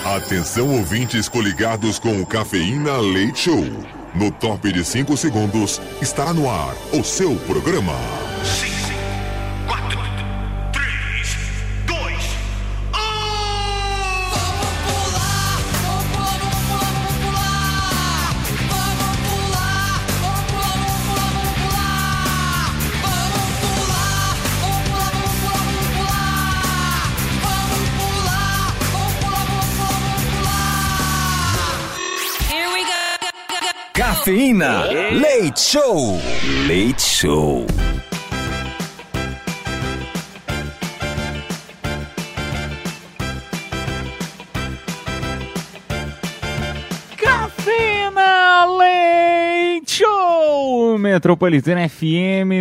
Atenção, ouvintes coligados com o Cafeína Leite Show. No top de 5 segundos, estará no ar o seu programa. 5, 4, 3, 2, 1. Cafeína Leite Show. Leite Show. Cafeína Leite Show. Metropolitana FM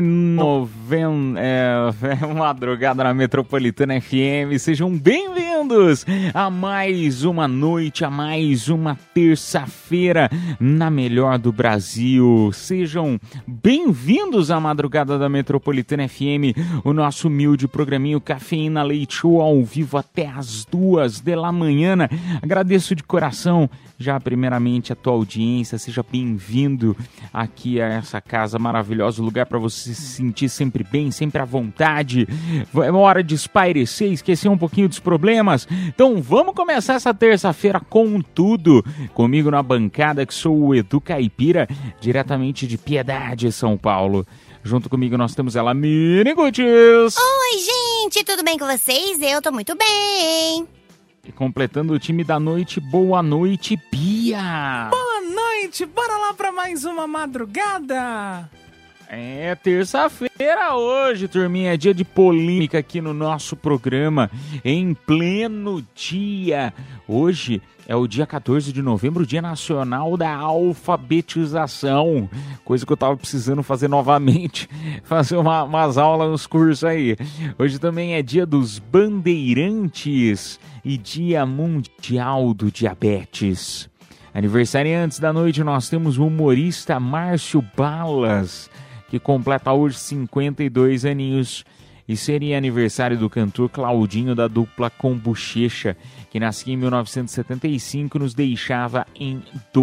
madrugada na Metropolitana FM. Sejam bem-vindos a mais uma noite, a mais uma terça-feira na melhor do Brasil. Sejam bem-vindos à madrugada da Metropolitana FM, o nosso humilde programinho Cafeína Leite Show ao vivo até as 2 da manhã. Agradeço de coração já primeiramente a tua audiência. Seja bem-vindo aqui a essa casa maravilhosa, lugar para você se sentir sempre bem, sempre à vontade. É hora de espairecer, esquecer um pouquinho dos problemas. Então vamos começar essa terça-feira com tudo. Comigo na bancada, que sou o Edu Caipira, diretamente de Piedade, São Paulo. Junto comigo nós temos ela, Mini Gutis. Oi, gente, tudo bem com vocês? Eu tô muito bem. E completando o time da noite, boa noite, Bia. Boa noite, bora lá pra mais uma madrugada. É terça-feira hoje, turminha, é dia de polêmica aqui no nosso programa, em pleno dia. Hoje é o dia 14 de novembro, Dia Nacional da Alfabetização, coisa que eu tava precisando fazer novamente, fazer umas aulas nos cursos aí. Hoje também é dia dos bandeirantes e Dia Mundial do Diabetes. Aniversariantes da noite, nós temos o humorista Márcio Balas, que completa hoje 52 aninhos, e seria aniversário do cantor Claudinho, da dupla Com Bochecha, que nascia em 1975 e nos deixava em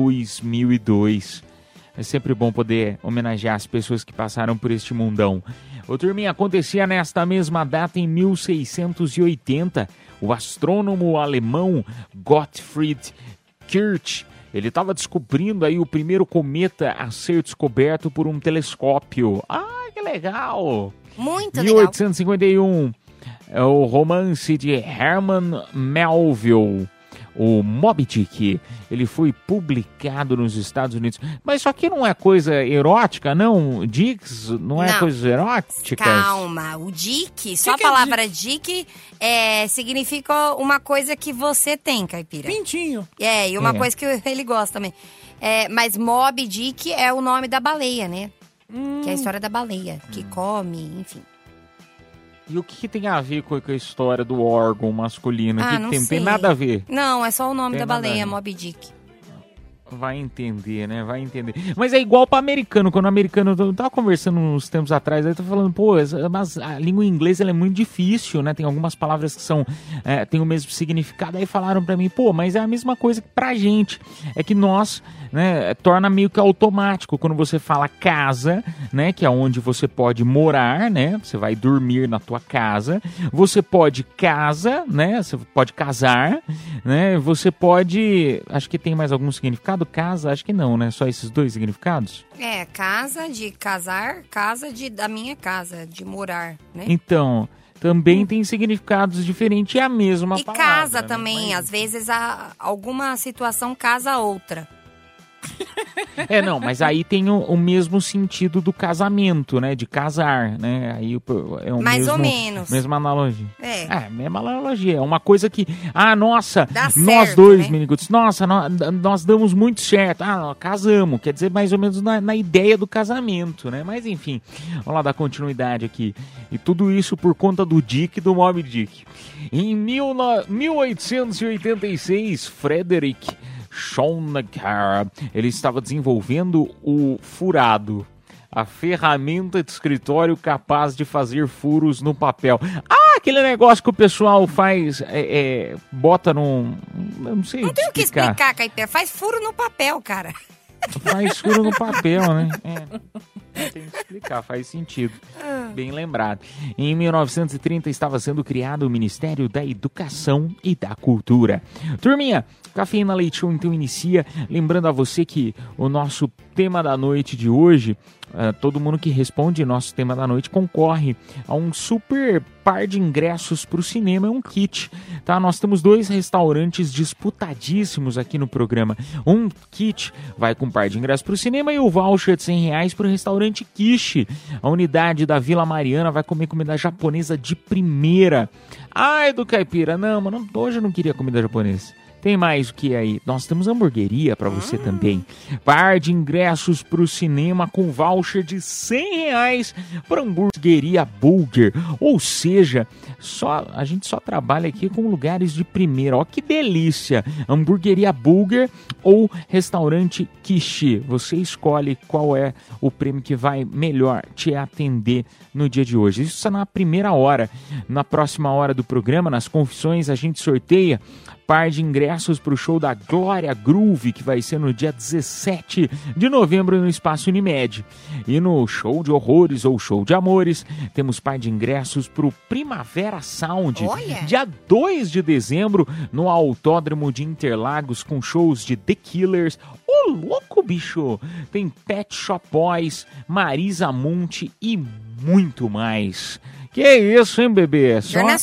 2002. É sempre bom poder homenagear as pessoas que passaram por este mundão. O turminha, acontecia nesta mesma data em 1680, o astrônomo alemão Gottfried Kirch, ele estava descobrindo aí o primeiro cometa a ser descoberto por um telescópio. Ah, que legal! Muito 1851, é o romance de Herman Melville, o Moby Dick. Ele foi publicado nos Estados Unidos. Mas isso aqui não é coisa erótica, não? Dicks não é coisa erótica? Calma, o Dick, só a palavra Dick significa uma coisa que você tem, Caipira. Pintinho. E uma coisa que ele gosta também. Mas Moby Dick é o nome da baleia, né? Que é a história da baleia, que come, enfim. E o que tem a ver com a história do órgão masculino? Não tem nada a ver. Não, é só o nome da baleia, Moby Dick. Vai entender, né? Vai entender. Mas é igual para americano. Quando o americano... Eu tava conversando uns tempos atrás, aí eu tô falando, mas a língua inglesa ela é muito difícil, né? Tem algumas palavras que são... tem o mesmo significado. Aí falaram para mim, mas é a mesma coisa que pra gente. É que nós, né, torna meio que automático. Quando você fala casa, né? Que é onde você pode morar, né? Você vai dormir na tua casa. Você pode né? Você pode casar, né? Você pode... Acho que tem mais algum significado. Casa, acho que não, né? Só esses dois significados? Casa de casar, casa da minha casa, de morar, né? Então, também tem significados diferentes, é a mesma e palavra. E casa, né? também, às vezes alguma situação casa outra. Mas aí tem o mesmo sentido do casamento, né? De casar, né? Aí é o mais ou menos. Mesma analogia. Mesma analogia. É uma coisa que... nossa, dá nós certo, dois, né? Miniguts, nossa, nós damos muito certo. Nós casamos. Quer dizer, mais ou menos na ideia do casamento, né? Mas enfim, vamos lá dar continuidade aqui. E tudo isso por conta do Dick e do Moby Dick. Em 1886, Frederick Schonecker, ele estava desenvolvendo o furado, a ferramenta de escritório capaz de fazer furos no papel. aquele negócio que o pessoal faz, bota num... Eu não sei Não tem o que explicar, Caipira. Faz furo no papel, cara. Faz furo no papel, né? Tem que explicar, faz sentido. Bem lembrado. Em 1930 estava sendo criado o Ministério da Educação e da Cultura. Turminha, Cafeína Leite Show então inicia. Lembrando a você que o nosso tema da noite de hoje, todo mundo que responde nosso tema da noite concorre a um super par de ingressos para o cinema, é um kit, tá? Nós temos 2 restaurantes disputadíssimos aqui no programa. Um kit vai com um par de ingressos para o cinema e o voucher de R$100 para o restaurante Kishi. A unidade da Vila Mariana vai comer comida japonesa de primeira. Ai, do Caipira, não, mano, hoje eu não queria comida japonesa. Tem mais o que aí? Nós temos hamburgueria para você também. Par de ingressos para o cinema com voucher de R$100 para hamburgueria Burger. Ou seja, a gente só trabalha aqui com lugares de primeira. Ó que delícia! Hamburgueria Burger ou restaurante Kishi. Você escolhe qual é o prêmio que vai melhor te atender no dia de hoje. Isso na primeira hora. Na próxima hora do programa, nas confissões, a gente sorteia par de ingressos para o show da Glória Groove, que vai ser no dia 17 de novembro no Espaço Unimed. E no show de horrores ou show de amores, temos par de ingressos para o Primavera Sound, dia 2 de dezembro, no Autódromo de Interlagos, com shows de The Killers. Ô, louco, bicho! Tem Pet Shop Boys, Marisa Monte e muito mais. Que isso, hein, bebê?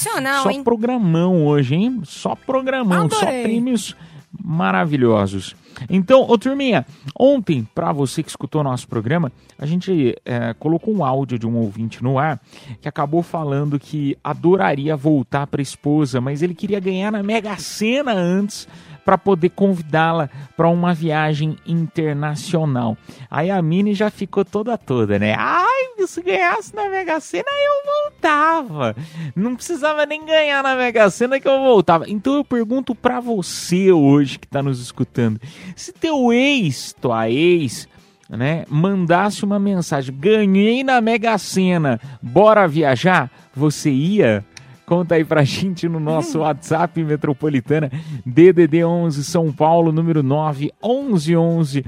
Só hein? programão hoje, hein? Só programão, Adorei. Só prêmios maravilhosos. Então, ô turminha, ontem, pra você que escutou nosso programa, a gente colocou um áudio de um ouvinte no ar que acabou falando que adoraria voltar pra esposa, mas ele queria ganhar na Mega Sena antes para poder convidá-la para uma viagem internacional. Aí a Mini já ficou toda, né? Ai, se ganhasse na Mega Sena eu voltava. Não precisava nem ganhar na Mega Sena que eu voltava. Então eu pergunto para você hoje que tá nos escutando, se teu ex, tua ex, né, mandasse uma mensagem, ganhei na Mega Sena, bora viajar, você ia? Conta aí pra gente no nosso WhatsApp Metropolitana, DDD 11 São Paulo, número 9 11 11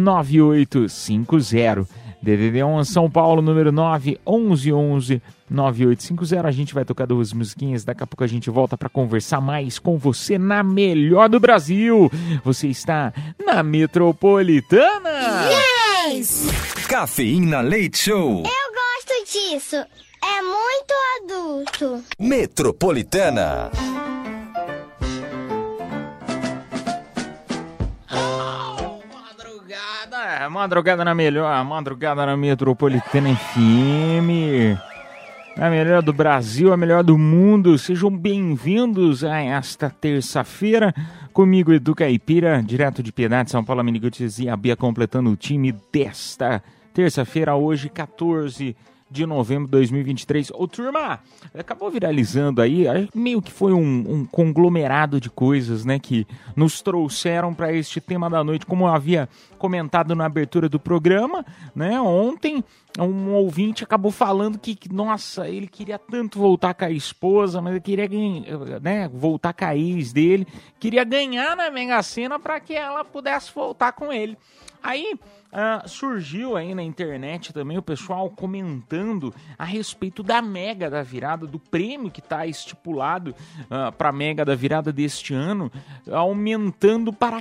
9850. DDD 11 São Paulo, número 9 11 11 9850. A gente vai tocar 2 musiquinhas, daqui a pouco a gente volta pra conversar mais com você na melhor do Brasil. Você está na Metropolitana. Yes! Cafeína Leite Show. Eu gosto disso. É muito adulto. Metropolitana. Madrugada na melhor, madrugada na Metropolitana FM. A melhor do Brasil, a melhor do mundo. Sejam bem-vindos a esta terça-feira. Comigo, Edu Caipira, direto de Piedade, São Paulo, Miniguts e a Bia completando o time desta terça-feira, hoje, 14 de novembro de 2023. Ô, turma, acabou viralizando aí, meio que foi um conglomerado de coisas, né, que nos trouxeram para este tema da noite, como eu havia comentado na abertura do programa, né, ontem um ouvinte acabou falando que, nossa, ele queria tanto voltar com a esposa, mas ele queria né, voltar com a ex dele, queria ganhar na Mega Sena para que ela pudesse voltar com ele. Aí surgiu aí na internet também o pessoal comentando a respeito da Mega da Virada, do prêmio que está estipulado para a Mega da Virada deste ano, aumentando para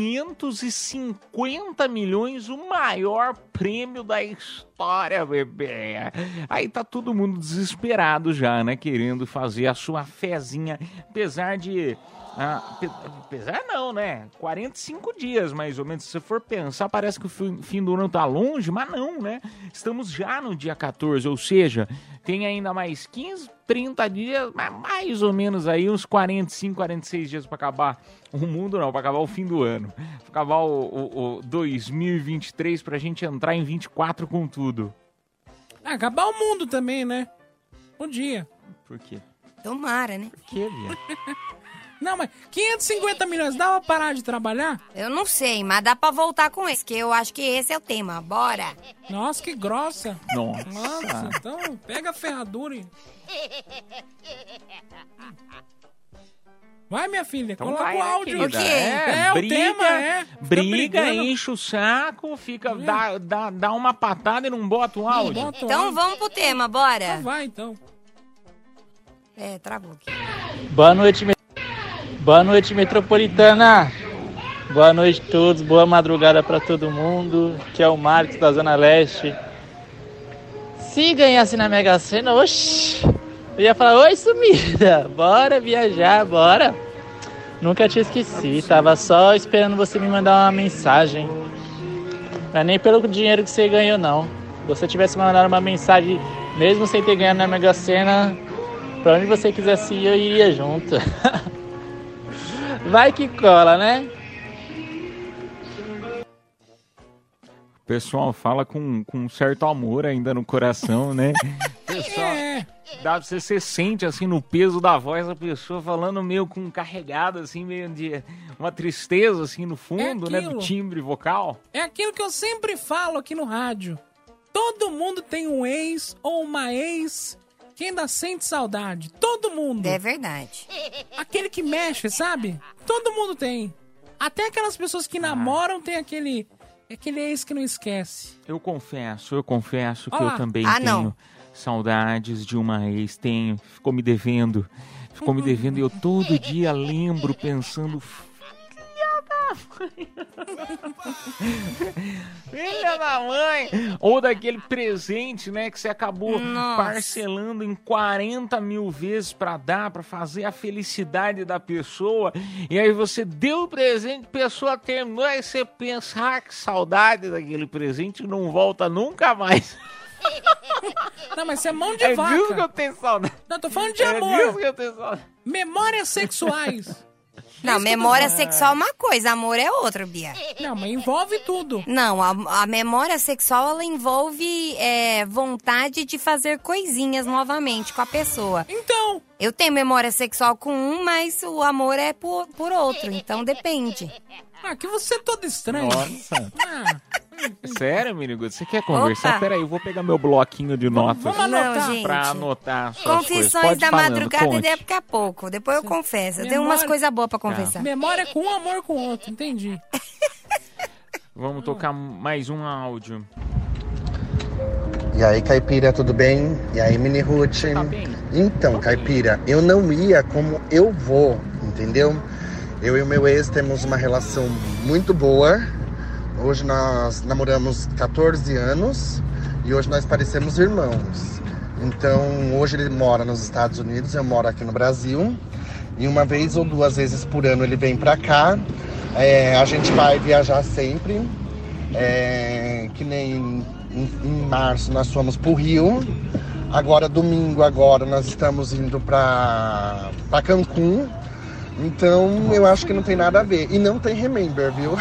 550 milhões, o maior prêmio da história, bebê. Aí tá todo mundo desesperado já, né, querendo fazer a sua fezinha, apesar de... apesar não, né? 45 dias, mais ou menos. Se você for pensar, parece que o fim do ano tá longe, mas não, né? Estamos já no dia 14, ou seja, tem ainda mais 15, 30 dias, mais ou menos aí, uns 45, 46 dias para acabar o mundo, não, para acabar o fim do ano. Pra acabar o 2023, pra gente entrar em 24 com tudo. Acabar o mundo também, né? Bom dia. Por quê? Tomara, né? Por quê, Bia? Não, mas 550 milhões dá pra parar de trabalhar? Eu não sei, mas dá pra voltar com esse, que eu acho que esse é o tema. Bora! Nossa, que grossa. Nossa. Nossa, então pega a ferradura e... Vai, minha filha, Então coloca vai, o né, áudio. querida? O quê? É, o tema é. Fica Briga, brigando. enche o saco, fica, dá uma patada e não bota o áudio. Bota o Então áudio. vamos pro tema, bora! Então vai, então. É, travou aqui. Boa noite, metropolitana. Boa noite a todos, boa madrugada pra todo mundo. Que é o Marcos da Zona Leste. Se ganhasse na Mega Sena, oxi, eu ia falar, oi sumida, bora viajar, bora. Nunca te esqueci, tava só esperando você me mandar uma mensagem. Não é nem pelo dinheiro que você ganhou, não. Se você tivesse mandado uma mensagem, mesmo sem ter ganhado na Mega Sena, pra onde você quisesse ir, eu iria junto. Vai que cola, né? O pessoal fala com um certo amor ainda no coração, né? Pessoal, É. dá pra você sente assim no peso da voz a pessoa falando meio com carregada, assim, meio de uma tristeza assim no fundo, né? Do aquilo. timbre vocal. É aquilo que eu sempre falo aqui no rádio. Todo mundo tem um ex ou uma ex que ainda sente saudade. Todo mundo. É verdade. Aquele que mexe, sabe? Todo mundo tem. Até aquelas pessoas que namoram tem aquele ex que não esquece. Eu confesso que Olha eu lá. também Ah, tenho não. saudades de uma ex, ficou me devendo e eu todo dia lembro pensando, filha da mãe, ou daquele presente, né, que você acabou Nossa. parcelando em 40 mil vezes pra dar, pra fazer a felicidade da pessoa, e aí você deu o presente, a pessoa terminou, aí você pensa, que saudade daquele presente, não volta nunca mais. Não, mas isso é mão de É vaca. disso que eu tenho saudade. Não, tô falando de É disso amor. que eu tenho saudade. Memórias sexuais. Não, memória sexual é uma coisa, amor é outra, Bia. Não, mas envolve tudo. Não, a memória sexual, ela envolve vontade de fazer coisinhas novamente com a pessoa. Então, Eu tenho memória sexual com um, mas o amor é por outro, então depende. que você é todo estranho. Nossa. Ah, Sério, menino? Você quer conversar? Opa. Peraí, eu vou pegar meu bloquinho de notas vamos anotar. Não, gente. pra anotar suas coisas. Confissões Pode da falando, madrugada conte. daqui a pouco. Depois eu confesso. Eu tenho Memória- umas coisas boas pra confessar. memória com um, amor com o outro, entendi. Vamos tocar mais um áudio. E aí, Caipira, tudo bem? E aí, Mini Ruth? Tá bem? Então, Caipira, eu não ia como eu vou, entendeu? Eu e o meu ex temos uma relação muito boa. Hoje nós namoramos 14 anos e hoje nós parecemos irmãos. Então, hoje ele mora nos Estados Unidos, eu moro aqui no Brasil. E uma vez ou duas vezes por ano ele vem pra cá. A gente vai viajar sempre. Que nem em março nós fomos pro Rio. Agora, domingo, nós estamos indo pra Cancún. Então, eu acho que não tem nada a ver. E não tem Remember, viu?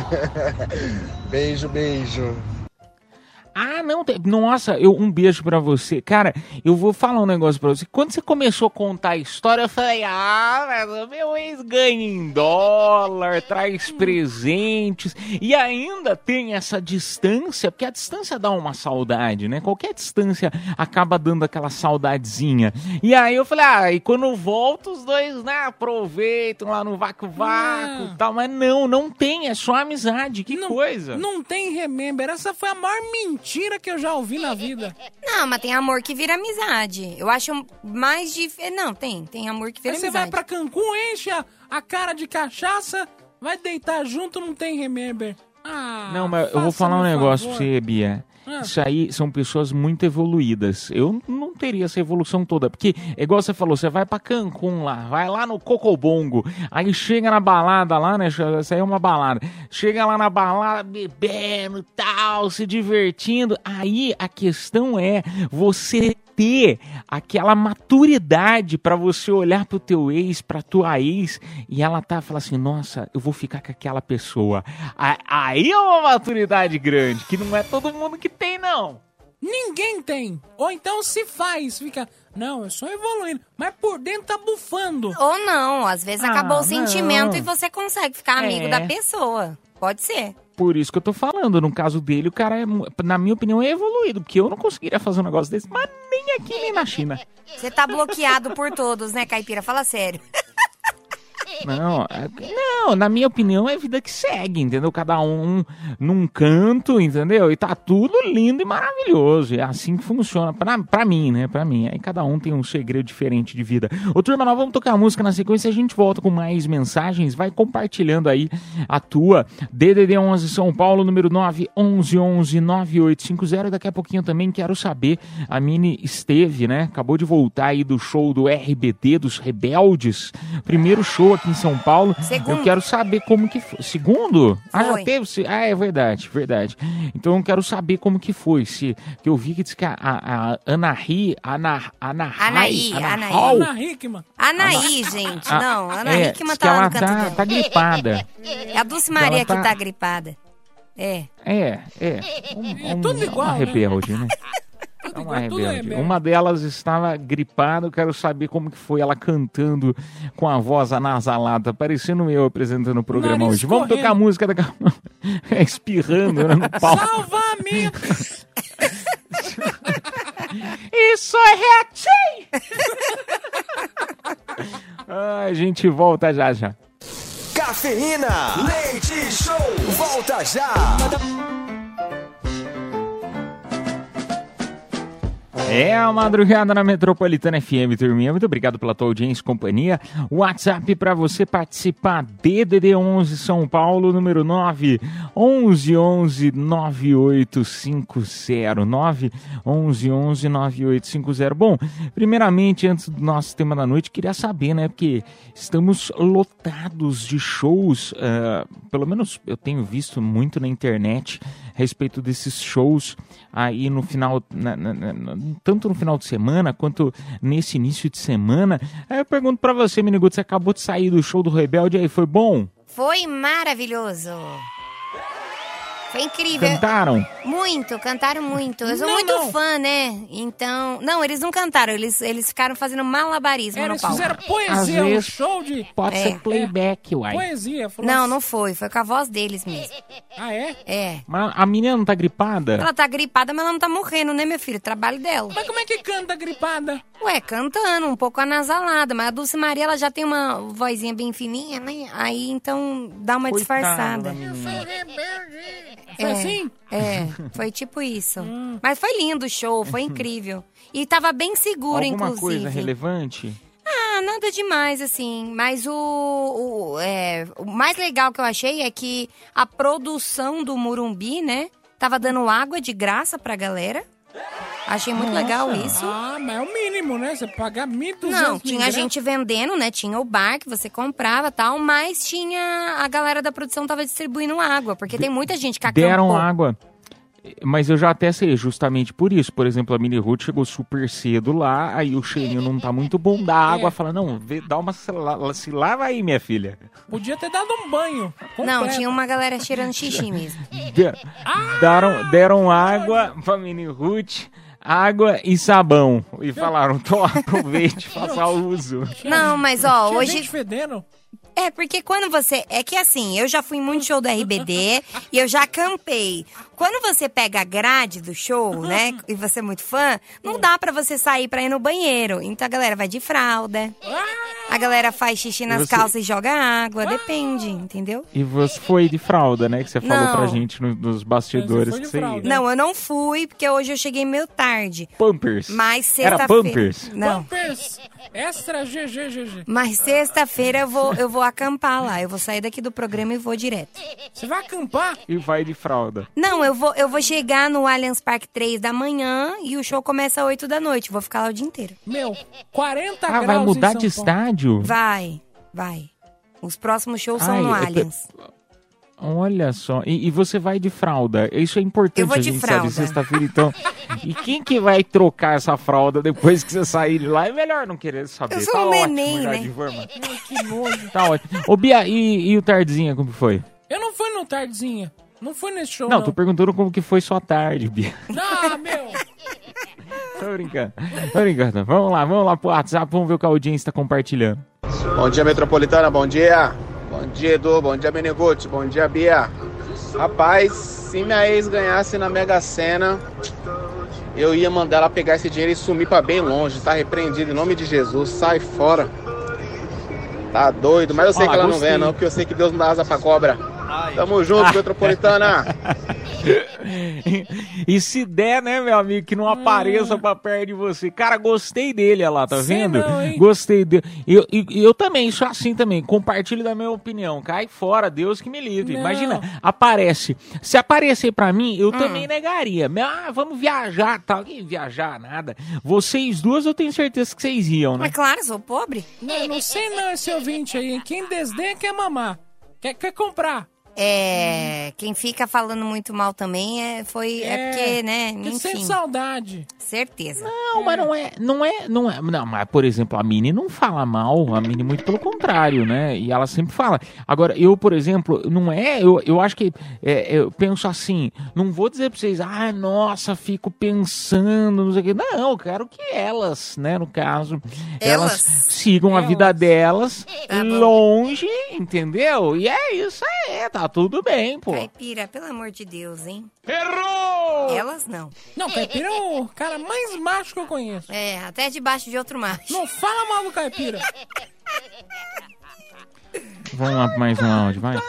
Beijo, beijo. Ah, não, nossa, um beijo pra você. Cara, eu vou falar um negócio pra você. Quando você começou a contar a história, eu falei, mas o meu ex ganha em dólar, traz presentes, e ainda tem essa distância, porque a distância dá uma saudade, né? Qualquer distância acaba dando aquela saudadezinha. E aí eu falei, e quando volta os dois, né, aproveitam lá no vácuo-vácuo e tal, mas não tem, é só amizade, que coisa. Não tem Remember, essa foi a maior mentira que eu já ouvi na vida. Não, mas tem amor que vira amizade. Eu acho mais difícil. Não, tem amor que vira Aí você amizade. vai pra Cancún, enche a cara de cachaça, vai deitar junto, não tem Remember. Não, mas eu vou falar um negócio pra você, Bia. Ah. Isso aí são pessoas muito evoluídas. Eu não teria essa evolução toda. Porque, é igual você falou, você vai pra Cancún lá, vai lá no Cocobongo, aí chega na balada lá, né? Isso aí é uma balada. Chega lá na balada, bebendo e tal, se divertindo. Aí a questão é você ter aquela maturidade pra você olhar pro teu ex, pra tua ex, e ela fala assim, nossa, eu vou ficar com aquela pessoa. Aí é uma maturidade grande, que não é todo mundo que tem, não. Ninguém tem. Ou então se faz, fica... Não, eu sou evoluindo. Mas por dentro tá bufando. Ou não, às vezes acabou o não. sentimento e você consegue ficar amigo da pessoa. Pode ser. Por isso que eu tô falando, no caso dele, o cara, na minha opinião, é evoluído, porque eu não conseguiria fazer um negócio desse, mas nem aqui, nem na China. Você tá bloqueado por todos, né, Caipira? Fala sério. Não, na minha opinião é vida que segue, entendeu? Cada um num canto, entendeu? E tá tudo lindo e maravilhoso. É assim que funciona, pra mim, né? Pra mim. Aí cada um tem um segredo diferente de vida. Ô, turma, nós vamos tocar a música na sequência e a gente volta com mais mensagens. Vai compartilhando aí a tua. DDD 11 São Paulo, número 911-9850. Daqui a pouquinho também quero saber, a Mini esteve, né? Acabou de voltar aí do show do RBD, dos Rebeldes. Primeiro show aqui em São Paulo. Segundo. Eu quero saber como que foi. Segundo? Ah, já Foi. teve? É verdade. Então eu quero saber como que foi. Que eu vi que disse que a Anaí Hickman. Anaí, gente. Não, Ana Hickman diz que tá lá ela no canto dela. tá gripada. É a Dulce Maria que tá gripada. É. tudo igual, uma né? rebelde, né? Tudo Uma igual, tudo é rebelde. rebelde. Uma delas estava gripada, eu quero saber como que foi ela cantando com a voz anasalada, parecendo eu apresentando o programa Nariz hoje. Vamos correndo. tocar a música daqui a pouco. Espirrando, né, no palco. Salvamento! Isso é reatinho! A gente volta já. Cafeína, leite show, volta já. É a madrugada na Metropolitana FM, turminha. Muito obrigado pela tua audiência e companhia. WhatsApp para você participar, DDD 11 São Paulo, número 911-9850. 911-9850. Bom, primeiramente, antes do nosso tema da noite, queria saber, né, porque estamos lotados de shows, pelo menos eu tenho visto muito na internet a respeito desses shows aí no final, tanto no final de semana quanto nesse início de semana. Aí eu pergunto pra você, Miniguto, você acabou de sair do show do Rebelde, aí foi bom? Foi maravilhoso. Foi incrível. Cantaram? Cantaram muito. Eu sou Não, muito não. fã, né? Então... Não, eles não cantaram, eles ficaram fazendo malabarismo no Eles palco. fizeram Às poesia, um vezes show de Pode ser playback, uai. poesia. Falou Não, assim. não foi. Foi com a voz deles mesmo. Ah, é? É. Mas a menina não tá gripada? Ela tá gripada, mas ela não tá morrendo, né, meu filho? Trabalho dela. Mas como é que canta gripada? Ué, cantando, um pouco anasalada. Mas a Dulce Maria, ela já tem uma vozinha bem fininha, né? Aí, então, dá uma Coitada disfarçada. da menina. Foi assim? Foi tipo isso. Mas foi lindo o show, foi incrível. E tava bem seguro, Alguma inclusive. coisa relevante? Ah, nada demais, assim. Mas o mais legal que eu achei é que a produção do Morumbi, né? Tava dando água de graça pra galera. Achei muito legal isso. Ah, mas é o mínimo, né? Você pagar 1.200. Não, tinha gente vendendo, né? Tinha o bar que você comprava e tal, mas tinha... A galera da produção tava distribuindo água, porque tem muita gente que acampou. Deram água. Mas eu já até sei, justamente por isso. Por exemplo, a Mini Ruth chegou super cedo lá, aí o cheirinho não tá muito bom da água. Fala, não, dá uma... Se lava aí, minha filha. Podia ter dado um banho. Não, completo. tinha uma galera cheirando xixi mesmo. Deram água pra Mini Ruth, água e sabão. E falaram, aproveite, faça uso. Não, mas ó, Tinha hoje... gente fedendo. É, porque quando você... É que assim, eu já fui em muito show do RBD e eu já acampei. Quando você pega a grade do show, né, e você é muito fã, não dá pra você sair pra ir no banheiro. Então a galera vai de fralda, a galera faz xixi nas calças e joga água, depende, entendeu? E você foi de fralda, né? Que você falou Não. pra gente nos bastidores. Você foi de que você fralda. ia. Não, eu não fui, porque hoje eu cheguei meio tarde. Pampers. Mas Era sexta-feira... Pampers? Não. Pampers, extra GG. Mas sexta-feira eu vou acampar lá. Eu vou sair daqui do programa e vou direto. Você vai acampar? E vai de fralda. Não, eu vou chegar no Allianz Parque 3 da manhã e o show começa às 8 da noite. Vou ficar lá o dia inteiro. Meu, 40 Ah, graus vai mudar em de São Paulo. estádio? Vai. Os próximos shows são Ai, no eu Allianz. Olha só, e você vai de fralda. Isso é importante, Eu vou a de gente fralda. sabe, sexta-feira, então. E quem que vai trocar essa fralda depois que você sair de lá? É melhor não querer saber. Eu sou Tá um ótimo, neném, Jardim né? Vorma. Que nojo. Tá ótimo. Ô, Bia, e o Tardezinha, como que foi? Eu não fui no Tardezinha. Não fui nesse show, Não, não. tô perguntando como que foi sua tarde, Bia. Ah, meu. Tô brincando. Vamos lá pro WhatsApp, vamos ver o que a audiência tá compartilhando. Bom dia, Metropolitana, bom dia. Bom dia, Edu, bom dia, Meneguti, bom dia, Bia. Rapaz, se minha ex ganhasse na Mega Sena, eu ia mandar ela pegar esse dinheiro e sumir pra bem longe, tá repreendido em nome de Jesus, sai fora. Tá doido, mas eu sei que ela não vem não, porque eu sei que Deus não dá asa pra cobra. Tamo junto, Metropolitana. E se der, né, meu amigo, que não apareça pra perto de você. Cara, gostei dele, olha lá, tá vendo? Não, gostei dele. Eu também, sou assim também, compartilho da minha opinião. Cai fora, Deus que me livre. Não. Imagina, aparece. Se aparecer pra mim, eu também negaria. Vamos viajar, tal. Que viajar, nada. Vocês duas, eu tenho certeza que vocês iam, né? Mas claro, sou pobre. Não sei não esse ouvinte aí. Quem desdenha quer mamar. Quer comprar. Quem fica falando muito mal também é porque, né, enfim. Sente saudade. Certeza. Não, mas não é. Não, mas, por exemplo, a Mini não fala mal, a Mini muito pelo contrário, né? E ela sempre fala. Agora, eu, por exemplo, não é. Eu acho que. Eu penso assim, não vou dizer pra vocês, nossa, fico pensando, não sei o quê. Não, eu quero que elas, né, no caso, elas sigam a vida delas longe, entendeu? E é isso aí, tá tudo bem, pô. Caipira, pelo amor de Deus, hein? Errou! Elas não. Não, Caipira é o cara mais macho que eu conheço. Até debaixo de outro macho. Não fala mal do Caipira. Vamos lá pra mais um áudio, vai.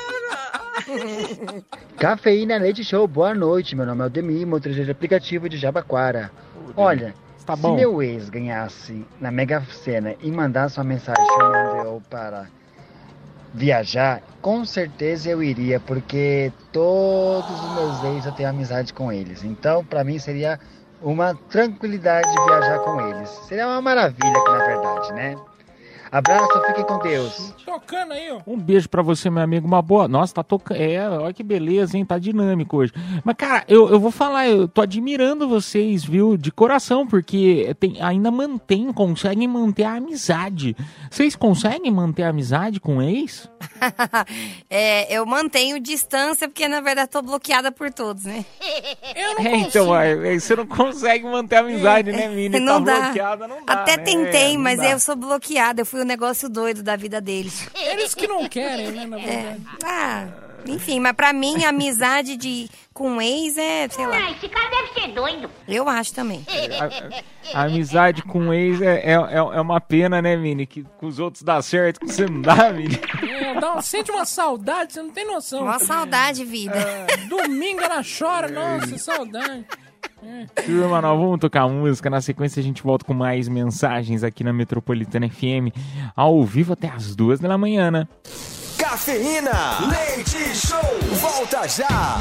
Cafeína Leite Show, boa noite. Meu nome é Aldemir, motorista de aplicativo de Jabaquara. Olha, tá se bom. meu ex ganhasse na Mega Sena e mandasse uma mensagem chamando eu para viajar, com certeza eu iria, porque todos os meus ex eu tenho amizade com eles. Então, pra mim seria uma tranquilidade viajar com eles. Seria uma maravilha, na verdade, né? Abraço, fiquem com Deus. Tocando aí, ó. Um beijo pra você, meu amigo, uma boa. Nossa, tá tocando. Olha que beleza, hein? Tá dinâmico hoje. Mas, cara, eu vou falar, eu tô admirando vocês, viu? De coração, porque conseguem manter a amizade. Vocês conseguem manter a amizade com ex? Eu mantenho distância, porque na verdade tô bloqueada por todos, né? Eu não consigo. Então, você não consegue manter a amizade, né, Mini? Não tá dá. bloqueada, não dá. Até né? tentei, Não mas dá. eu sou bloqueada. Eu fui o negócio doido da vida deles. Eles que não querem, né, na verdade. Enfim, mas pra mim, a amizade com ex sei lá. Esse cara deve ser doido. Eu acho também. A amizade com ex é uma pena, né, Mini? Que com os outros dá certo, que você não dá, Mini. Sente uma saudade, você não tem noção. Uma saudade, vida. Domingo ela chora, nossa, saudade. Turma, nós vamos tocar música. Na sequência a gente volta com mais mensagens aqui na Metropolitana FM, ao vivo até as 2 da manhã, né? Cafeína, Leite Show, volta já!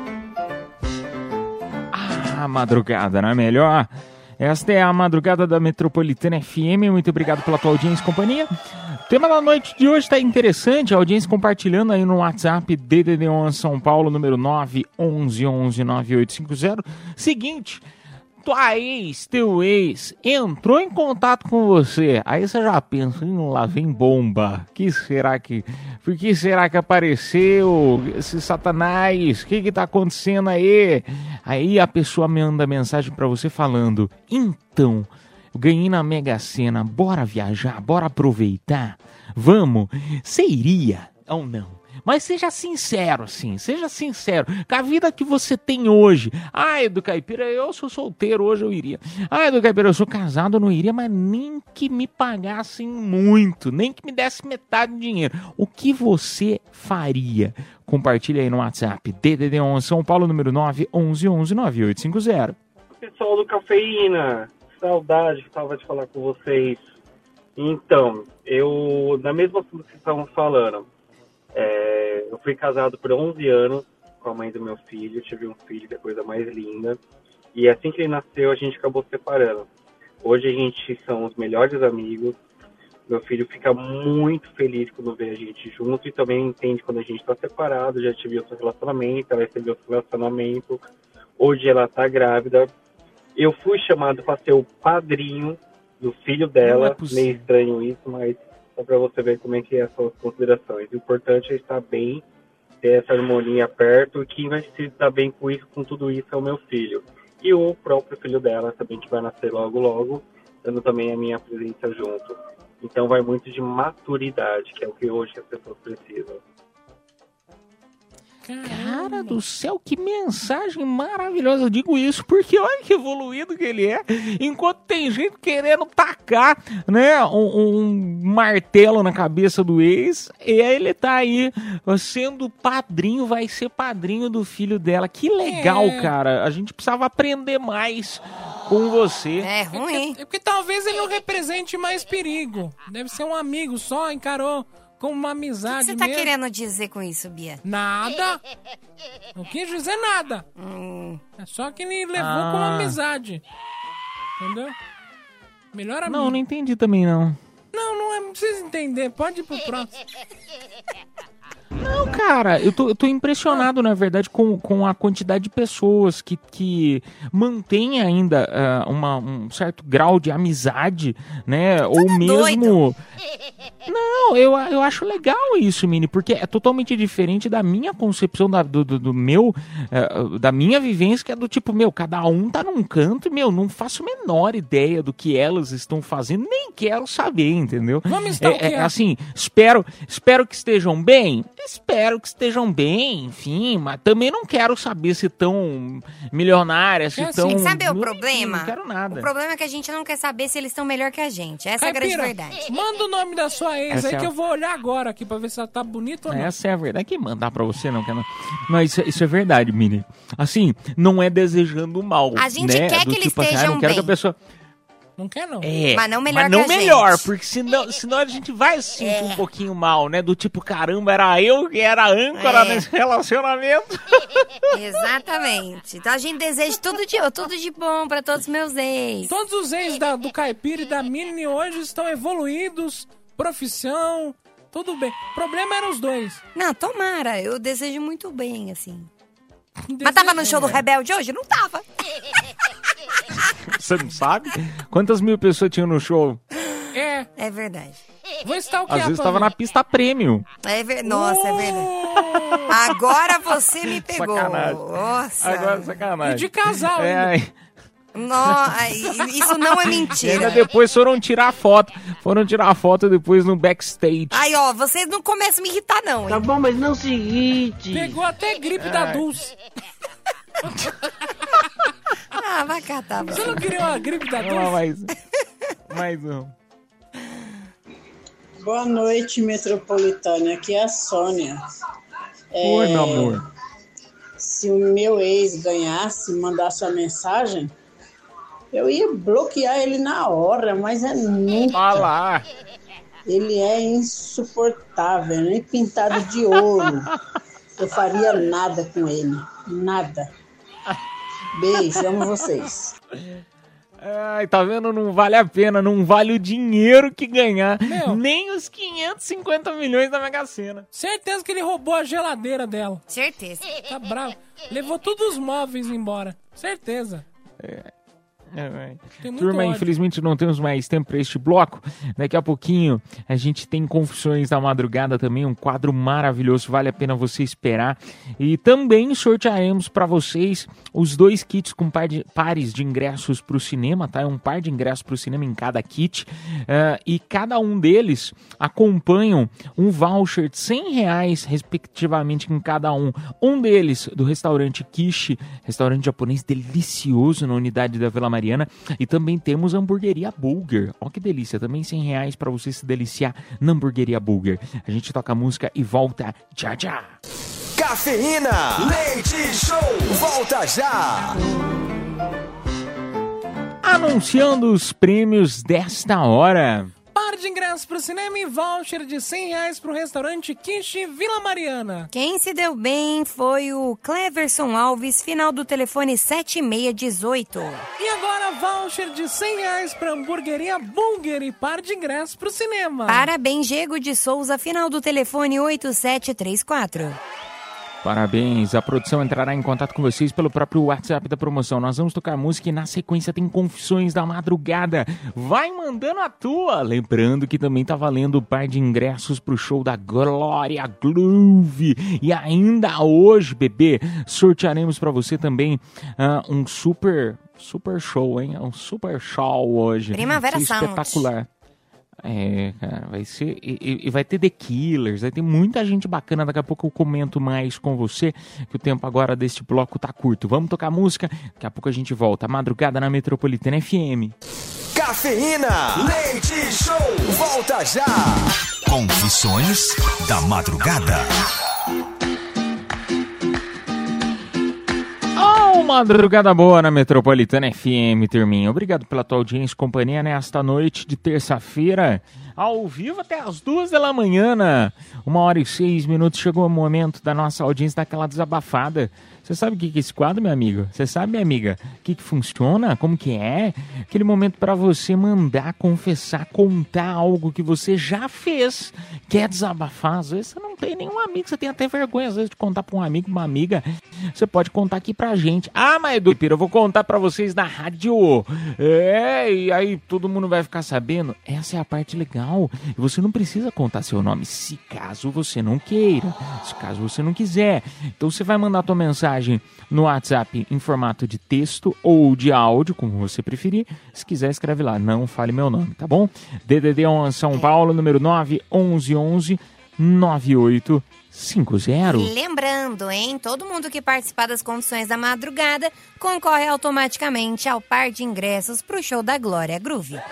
Madrugada, não é melhor? Esta é a madrugada da Metropolitana FM. Muito obrigado pela tua audiência e companhia. O tema da noite de hoje está interessante. A audiência compartilhando aí no WhatsApp DDD11 São Paulo, número 911-9850. Seguinte, teu ex entrou em contato com você. Aí você já pensa, lá vem bomba. Por que será que apareceu esse satanás? O que tá acontecendo aí? Aí a pessoa manda mensagem pra você falando, então, eu ganhei na Mega Sena, bora viajar, bora aproveitar? Vamos? Você iria ou não? Mas seja sincero, com a vida que você tem hoje. Edu Caipira, eu sou solteiro, hoje eu iria. Edu Caipira, eu sou casado, eu não iria, mas nem que me pagassem muito, nem que me desse metade do dinheiro. O que você faria? Compartilha aí no WhatsApp, DDD11 São Paulo, número 911-9850. Pessoal do Cafeína, saudade que tava de falar com vocês. Então, na mesma assunto que estavam falando, eu fui casado por 11 anos com a mãe do meu filho, tive um filho que é a coisa mais linda, e assim que ele nasceu a gente acabou separando. Hoje a gente são os melhores amigos, meu filho fica muito feliz quando vê a gente junto e também entende quando a gente está separado. Já tive outro relacionamento, ela recebeu outro relacionamento, hoje ela está grávida. Eu fui chamado para ser o padrinho do filho dela, meio estranho isso, mas só para você ver como é que são as considerações. O importante é estar bem, ter essa harmonia perto, e quem vai se dar bem com tudo isso é o meu filho. e o próprio filho dela também, que vai nascer logo logo, dando também a minha presença junto. Então vai muito de maturidade, que é o que hoje as pessoas precisam. Cara do céu, que mensagem maravilhosa. Eu digo isso porque olha que evoluído que ele é. Enquanto tem gente querendo tacar, né, um martelo na cabeça do ex, e ele tá aí sendo padrinho, vai ser padrinho do filho dela. Que legal, cara. A gente precisava aprender mais com você. É ruim. É porque talvez ele não represente mais perigo. Deve ser um amigo só, encarou como uma amizade. O que você tá mesmo. querendo dizer com isso, Bia? Nada. Não quis dizer nada. É só que ele levou como amizade. Entendeu? Melhor amigo. Não entendi também, não. Não precisa entender. Pode ir pro próximo. Não, cara, eu tô impressionado, na verdade, com a quantidade de pessoas que mantém ainda um certo grau de amizade, né? Ou mesmo... Doido. Não, eu acho legal isso, Mini, porque é totalmente diferente da minha concepção, da minha vivência, que é do tipo, cada um tá num canto e, não faço a menor ideia do que elas estão fazendo, nem quero saber, entendeu? Vamos stalkear. Assim, espero que estejam bem, enfim, mas também não quero saber se estão milionárias, se estão... Sabe o problema? Não quero nada. O problema é que a gente não quer saber se eles estão melhor que a gente. Essa é a grande verdade. Manda o nome da sua ex aí que eu vou olhar agora aqui pra ver se ela tá bonita ou não. Essa é a verdade. Que mandar pra você não quer não. Mas isso é verdade, Mini. Assim, não é desejando mal. A gente quer que eles estejam não quero bem. que a pessoa... Não quer não. Mas não melhor que a gente. Porque senão a gente vai se sentir um pouquinho mal, né? Do tipo, caramba, era eu que era âncora nesse relacionamento. Exatamente. Então a gente deseja tudo de bom pra todos os meus ex. Todos os ex do Caipira e da Mini hoje estão evoluídos, profissão, tudo bem. O problema eram os dois. Não, tomara. Eu desejo muito bem, assim. Mas tava no show do Rebelde hoje? Não tava. Você não sabe? Quantas mil pessoas tinham no show? É verdade. Vou stalkear. Às vezes tava na pista premium. Nossa, é verdade. Agora você me pegou. Sacanagem. Nossa. Agora sacanagem. E de casal, isso não é mentira. E ainda depois foram tirar foto. Depois no backstage. Aí, ó, vocês não começam a me irritar, não. Tá bom, mas não se irrite. Pegou até gripe da Dulce. Vai catar. Você não queria uma gripe da Dulce? Mais um. Boa noite, Metropolitana. Aqui é a Sônia. Oi, meu amor. Se o meu ex ganhasse, mandasse uma mensagem, eu ia bloquear ele na hora, mas é nunca. Olha lá. Ele é insuportável, nem pintado de ouro. Eu faria nada com ele. Nada. Beijo, amo vocês. Ai, tá vendo? Não vale a pena, não vale o dinheiro que ganhar, nem os 550 milhões da Mega Sena. Certeza que ele roubou a geladeira dela. Certeza. Tá bravo. Levou todos os móveis embora. Certeza. Turma, infelizmente não temos mais tempo para este bloco. Daqui a pouquinho a gente tem Confissões da Madrugada também, um quadro maravilhoso, vale a pena você esperar. E também sortearemos para vocês os 2 kits com pares de ingressos para o cinema, tá? É um par de ingressos para o cinema em cada kit. E cada um deles acompanham um voucher de R$100, respectivamente, em cada um. Um deles do restaurante Kishi, restaurante japonês delicioso na unidade da Vila Mariana. E também temos a Hamburgueria Burger. Ó que delícia, também R$100 para você se deliciar na Hamburgueria Burger. A gente toca a música e volta já já. Cafeína, Leite Show, volta já. Anunciando os prêmios desta hora. Par de ingressos pro cinema e voucher de R$100 pro restaurante Kishi Vila Mariana. Quem se deu bem foi o Cleverson Alves, final do telefone 7618. E agora voucher de R$100 pra Hamburgueria Burger e par de ingressos pro cinema. Parabéns, Diego de Souza, final do telefone 8734. Parabéns, a produção entrará em contato com vocês pelo próprio WhatsApp da promoção. Nós vamos tocar música e na sequência tem Confissões da Madrugada. Vai mandando a tua! Lembrando que também tá valendo o par de ingressos pro show da Glória Groove. E ainda hoje, bebê, sortearemos pra você também um super show, hein? Um super show hoje. Primavera Sound. Espetacular. Cara, vai ser. E vai ter The Killers, vai ter muita gente bacana. Daqui a pouco eu comento mais com você, que o tempo agora deste bloco tá curto. Vamos tocar música, daqui a pouco a gente volta. Madrugada na Metropolitana FM. Cafeína, Leite Show, volta já. Confissões da Madrugada. Madrugada boa na Metropolitana FM, turminha. Obrigado pela tua audiência e companhia nesta noite de terça-feira, ao vivo até as 2 da manhã, 1h06. Chegou o momento da nossa audiência daquela desabafada. Você sabe o que é esse quadro, meu amigo? Você sabe, minha amiga, o que funciona? Como que é? Aquele momento para você mandar, confessar, contar algo que você já fez, quer desabafar. Às vezes você não tem nenhum amigo, você tem até vergonha, às vezes, de contar para um amigo, uma amiga. Você pode contar aqui pra gente. Mas Edu Pira, eu vou contar pra vocês na rádio. E aí todo mundo vai ficar sabendo. Essa é a parte legal. E você não precisa contar seu nome, se caso você não queira, se caso você não quiser. Então você vai mandar tua mensagem no WhatsApp em formato de texto ou de áudio, como você preferir. Se quiser, escreve lá, não fale meu nome, tá bom? DDD 1 São Paulo, número 911 9850. Lembrando, hein? Todo mundo que participar das Confissões da Madrugada concorre automaticamente ao par de ingressos pro show da Glória Groove.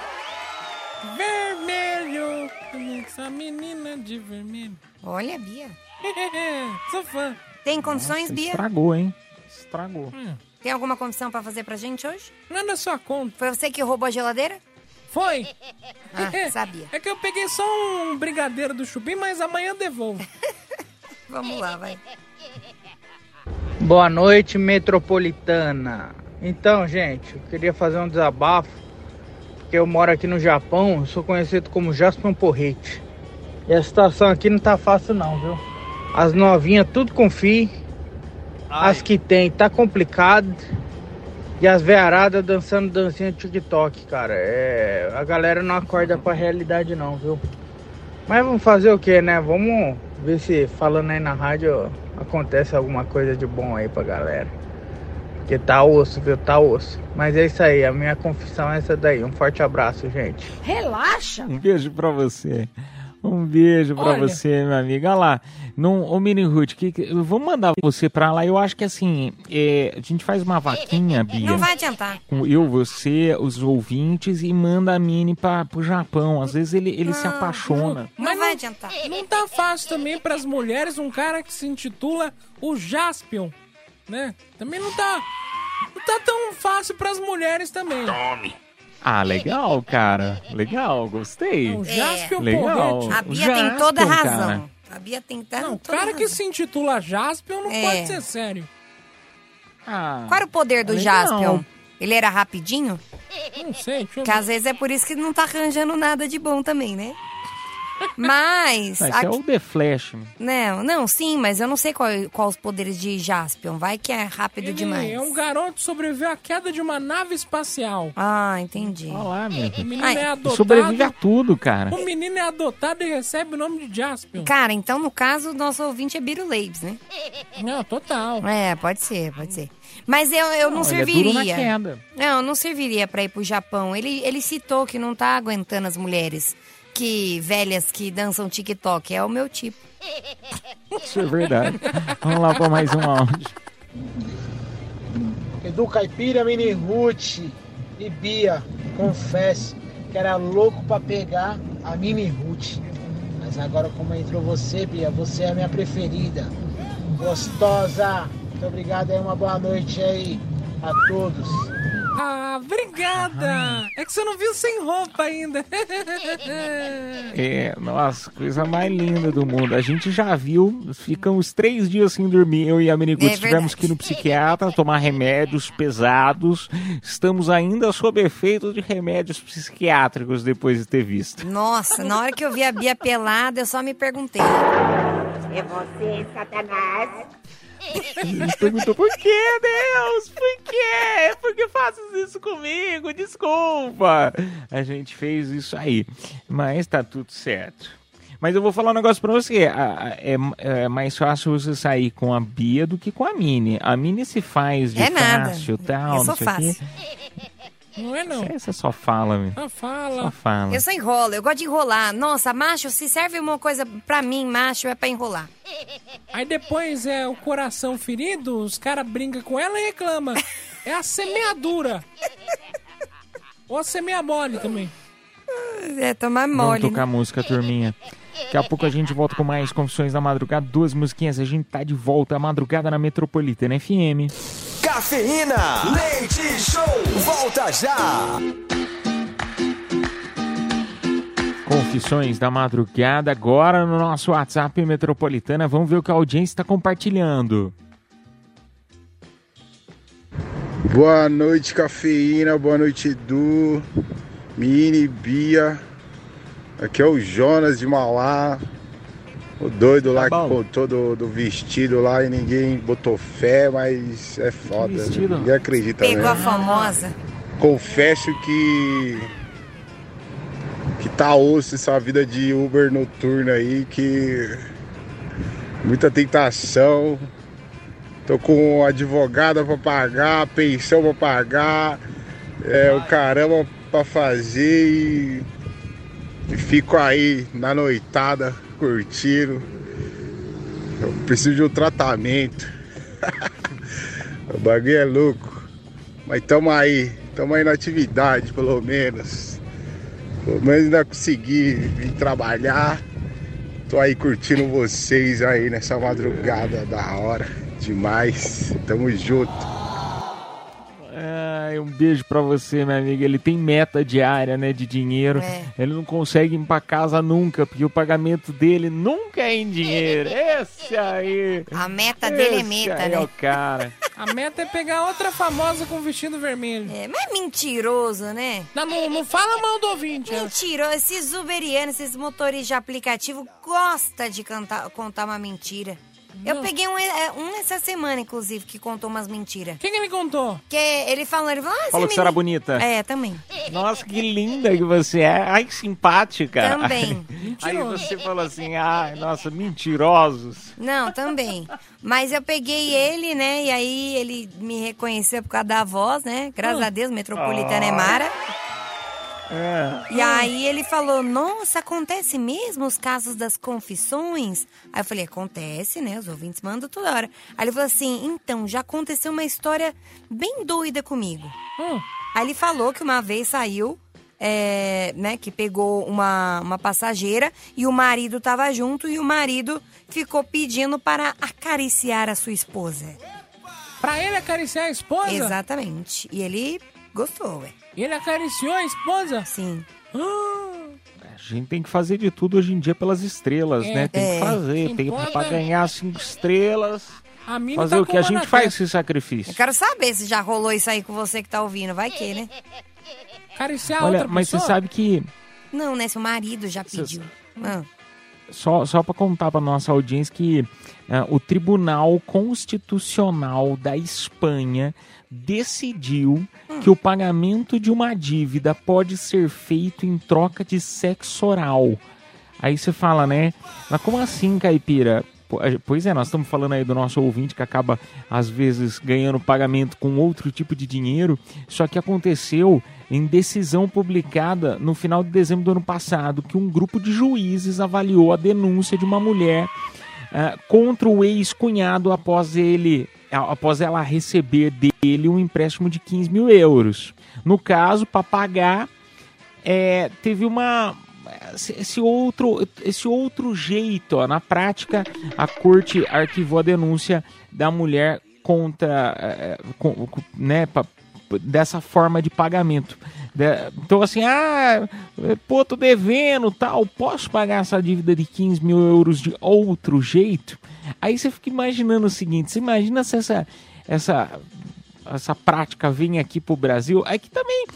Vermelho, essa menina de vermelho. Olha, Bia. Sou fã. Tem confissões, Bia? Estragou, hein? Estragou. Tem alguma confissão pra fazer pra gente hoje? Manda sua conta. Foi você que roubou a geladeira? Foi. Sabia. É que eu peguei só um brigadeiro do Chupim, mas amanhã eu devolvo. Vamos lá, vai. Boa noite, Metropolitana. Então, gente, eu queria fazer um desabafo, porque eu moro aqui no Japão, eu sou conhecido como Jaspion Porrete. E a situação aqui não tá fácil não, viu? As novinhas tudo com fio, as que tem tá complicado, e as veiaradas dançando dancinha de TikTok, cara. A galera não acorda pra realidade não, viu? Mas vamos fazer o que, né? Vamos ver se falando aí na rádio acontece alguma coisa de bom aí pra galera. Porque tá osso, viu? Tá osso. Mas é isso aí, a minha confissão é essa daí. Um forte abraço, gente. Relaxa! Um beijo pra você. Um beijo pra você, minha amiga. Olha lá, ô Mini Ruth, eu vou mandar você pra lá. Eu acho que assim, a gente faz uma vaquinha, Bia. Não vai adiantar. Com eu, você, os ouvintes, e manda a Mini pro Japão. Às vezes ele se apaixona. Não vai adiantar. Não tá fácil também pras mulheres um cara que se intitula o Jaspion, né? Também não tá tão fácil pras mulheres também. Tome. Legal, cara. Legal, gostei. O Jaspion legal. Porrete. A Bia tem toda a razão. Cara. A Bia tem o cara que se intitula Jaspion não pode ser sério. Qual era o poder do Jaspion? Ele era rapidinho? Não sei. Que às vezes é por isso que não tá arranjando nada de bom também, né? Mas... Esse é o The Flash. Não, sim, mas eu não sei qual os poderes de Jaspion. Vai que é rápido demais. É um garoto que sobreviveu à queda de uma nave espacial. Entendi. Olha lá, meu. O menino é adotado. Sobrevive a tudo, cara. O menino é adotado e recebe o nome de Jaspion. Cara, então no caso, o nosso ouvinte é Biro Leibs, né? Não, total. Pode ser. Mas eu não serviria. É duro na queda. Não, eu não serviria pra ir pro Japão. Ele citou que não tá aguentando as mulheres velhas que dançam TikTok. É o meu tipo. Isso é verdade. Vamos lá pra mais um áudio. Edu Caipira, Mini Ruth e Bia, confesso que era louco pra pegar a Mini Ruth. Mas agora como entrou você, Bia, você é a minha preferida. Gostosa. Muito obrigado aí, uma boa noite aí a todos. Obrigada! É que você não viu sem roupa ainda. Nossa, coisa mais linda do mundo. A gente já viu, ficamos 3 dias sem dormir. Eu e a Meniguts tivemos que ir no psiquiatra, tomar remédios pesados. Estamos ainda sob efeito de remédios psiquiátricos depois de ter visto. Nossa, na hora que eu vi a Bia pelada, eu só me perguntei. É você, Satanás? Ele perguntou, por que, Deus? Por quê? Por que fazes isso comigo? Desculpa. A gente fez isso aí. Mas tá tudo certo. Mas eu vou falar um negócio pra você. É mais fácil você sair com a Bia do que com a Mini. A Mini se faz de fácil e tal. Eu sou fácil. Não é não. Você só fala, meu. Só fala. Só fala. Eu só enrolo, eu gosto de enrolar. Nossa, macho, se serve uma coisa pra mim, macho, é pra enrolar. Aí depois é o coração ferido, os caras brincam com ela e reclamam. É a semeadura. Ou a semeia mole também. É, tomar mole. Vamos tocar música, turminha. Daqui a pouco a gente volta com mais Confissões da Madrugada. 2 musiquinhas, a gente tá de volta. A Madrugada na Metropolitana FM. Cafeína, Leite Show, volta já! Confissões da Madrugada, agora no nosso WhatsApp Metropolitana. Vamos ver o que a audiência está compartilhando. Boa noite, Cafeína. Boa noite, Edu, Mini, Bia. Aqui é o Jonas de Mauá. O doido lá que contou do vestido lá e ninguém botou fé, mas é foda. Ninguém acredita, né? Pegou a famosa. Confesso que tá osso essa vida de Uber noturno aí, que muita tentação. Tô com advogada pra pagar, pensão pra pagar, o caramba pra fazer e fico aí na noitada, curtindo. Eu preciso de um tratamento. O bagulho é louco. Mas tamo aí na atividade, pelo menos. Pelo menos ainda consegui vir trabalhar. Tô aí curtindo vocês aí nessa madrugada da hora. Demais. Tamo junto. Um beijo pra você, minha amiga. Ele tem meta diária, né, de dinheiro. Ele não consegue ir pra casa nunca, porque o pagamento dele nunca é em dinheiro. Esse aí. A meta dele é meta, aí né? É o cara. A meta é pegar outra famosa com vestido vermelho. Mas é mentiroso, né? Não fala mal do ouvinte. Mentiroso. Esses uberianos, esses motoristas de aplicativo gostam de contar uma mentira. Eu peguei um essa semana, inclusive, que contou umas mentiras. Quem que ele contou? Que ele falou falou que você era bonita. É, também. Nossa, que linda que você é. Ai, que simpática. Também. Aí você falou assim, ai, nossa, mentirosos. Não, também. Mas eu peguei ele, né, e aí ele me reconheceu por causa da voz, né? Graças a Deus, Metropolitana é Mara. E aí ele falou, nossa, acontece mesmo os casos das confissões? Aí eu falei, acontece, né? Os ouvintes mandam toda hora. Aí ele falou assim, então, já aconteceu uma história bem doida comigo. Aí ele falou que uma vez saiu, né, que pegou uma passageira e o marido tava junto e o marido ficou pedindo para acariciar a sua esposa. Pra ele acariciar a esposa? Exatamente. E ele gostou, ué. Ele acariciou a esposa? Sim. A gente tem que fazer de tudo hoje em dia pelas estrelas, né? Tem que fazer, tem pra ganhar 5 estrelas. A mina fazer tá o que a gente faz esse sacrifício. Eu quero saber se já rolou isso aí com você que tá ouvindo. Vai que, né? Acariciar Olha, outra mas pessoa? você sabe que... Não, né? Seu marido já pediu. Só para contar para nossa audiência que o Tribunal Constitucional da Espanha decidiu que o pagamento de uma dívida pode ser feito em troca de sexo oral. Aí você fala, né? Mas como assim, Caipira? Pois é, nós estamos falando aí do nosso ouvinte que acaba, às vezes, ganhando pagamento com outro tipo de dinheiro. Só que aconteceu em decisão publicada no final de dezembro do ano passado, que um grupo de juízes avaliou a denúncia de uma mulher contra o ex-cunhado após ela receber dele um empréstimo de 15 mil euros. No caso, para pagar, teve esse outro jeito. Na prática, a corte arquivou a denúncia da mulher contra, dessa forma de pagamento. Então assim, tô devendo, tal, posso pagar essa dívida de 15 mil euros de outro jeito? Aí você fica imaginando o seguinte, você imagina se essa prática vem aqui pro Brasil, aí que também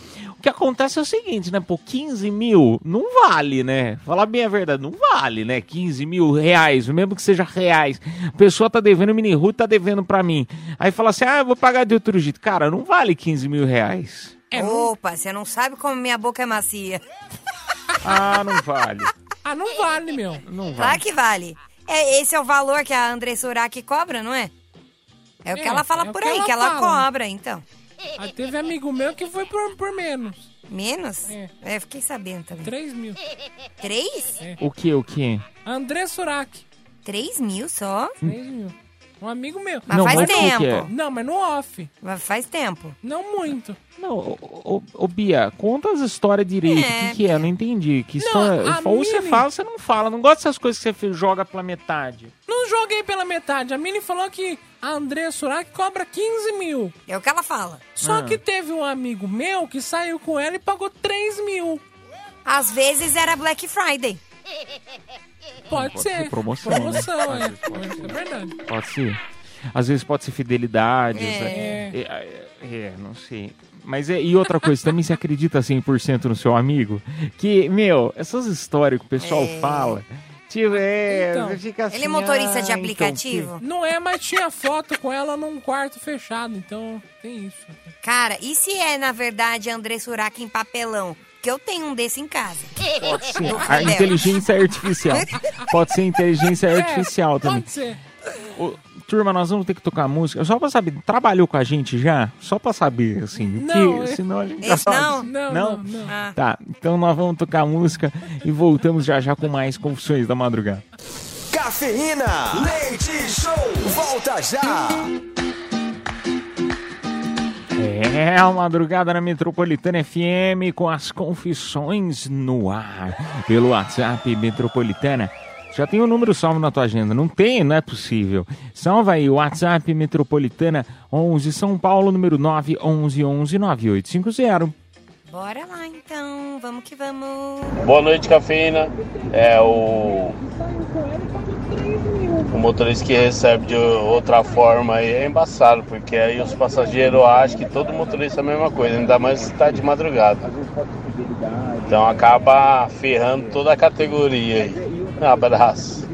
que acontece é o seguinte, né? Pô, 15 mil não vale, né? Falar bem a verdade, não vale, né? 15 mil reais, mesmo que seja reais. A pessoa tá devendo, mini Ruth tá devendo pra mim. Aí fala assim, eu vou pagar de outro jeito. Cara, não vale 15 mil reais. Opa, você não sabe como minha boca é macia. Não vale. Não vale, meu. Não vale. Claro que vale. Esse é o valor que a Andressa Urach cobra, não é? É o que ela fala por aí, que ela cobra, então. Teve amigo meu que foi por menos. Menos? Eu fiquei sabendo também. 3 mil. 3? O quê? Andressa Urach. 3 mil só? 3 mil. Um amigo meu. Mas faz tempo. Não, mas no off. Mas faz tempo. Não muito. Não, ô Bia, conta as histórias direito. O que é? Eu não entendi. Que história... Ou você fala ou você não fala. Não gosto dessas coisas que você joga pela metade. Não joguei pela metade. A Mini falou que a Andressa Urach cobra 15 mil. É o que ela fala. Só que teve um amigo meu que saiu com ela e pagou 3 mil. Às vezes era Black Friday. Pode ser. Promoção, né? É verdade. Pode ser. Às vezes pode ser fidelidade. Não sei. Mas e outra coisa, também você acredita 100% no seu amigo? Que, essas histórias que o pessoal fala... você fica assim, ele é motorista de aplicativo? Então, não é, mas tinha foto com ela num quarto fechado, então tem isso. Cara, e se é, na verdade, a Andressa Urach em papelão? Que eu tenho um desse em casa. Pode ser. A inteligência artificial. Pode ser inteligência artificial também. Pode ser. Turma, nós vamos ter que tocar música. Só pra saber, trabalhou com a gente já? Só pra saber, assim. Não, senão a gente não. Tá, então nós vamos tocar música e voltamos já com mais Confissões da Madrugada. Cafeína, leite show, volta já! A Madrugada na Metropolitana FM com as confissões no ar pelo WhatsApp Metropolitana. Já tem o número salvo na tua agenda? Não tem? Não é possível. Salva aí o WhatsApp Metropolitana 11 São Paulo, número 911-9850. Bora lá então, vamos que vamos. Boa noite, Cafeína. O motorista que recebe de outra forma aí é embaçado, porque aí os passageiros acham que todo motorista é a mesma coisa, ainda mais se está de madrugada. Então acaba ferrando toda a categoria aí. Um abraço.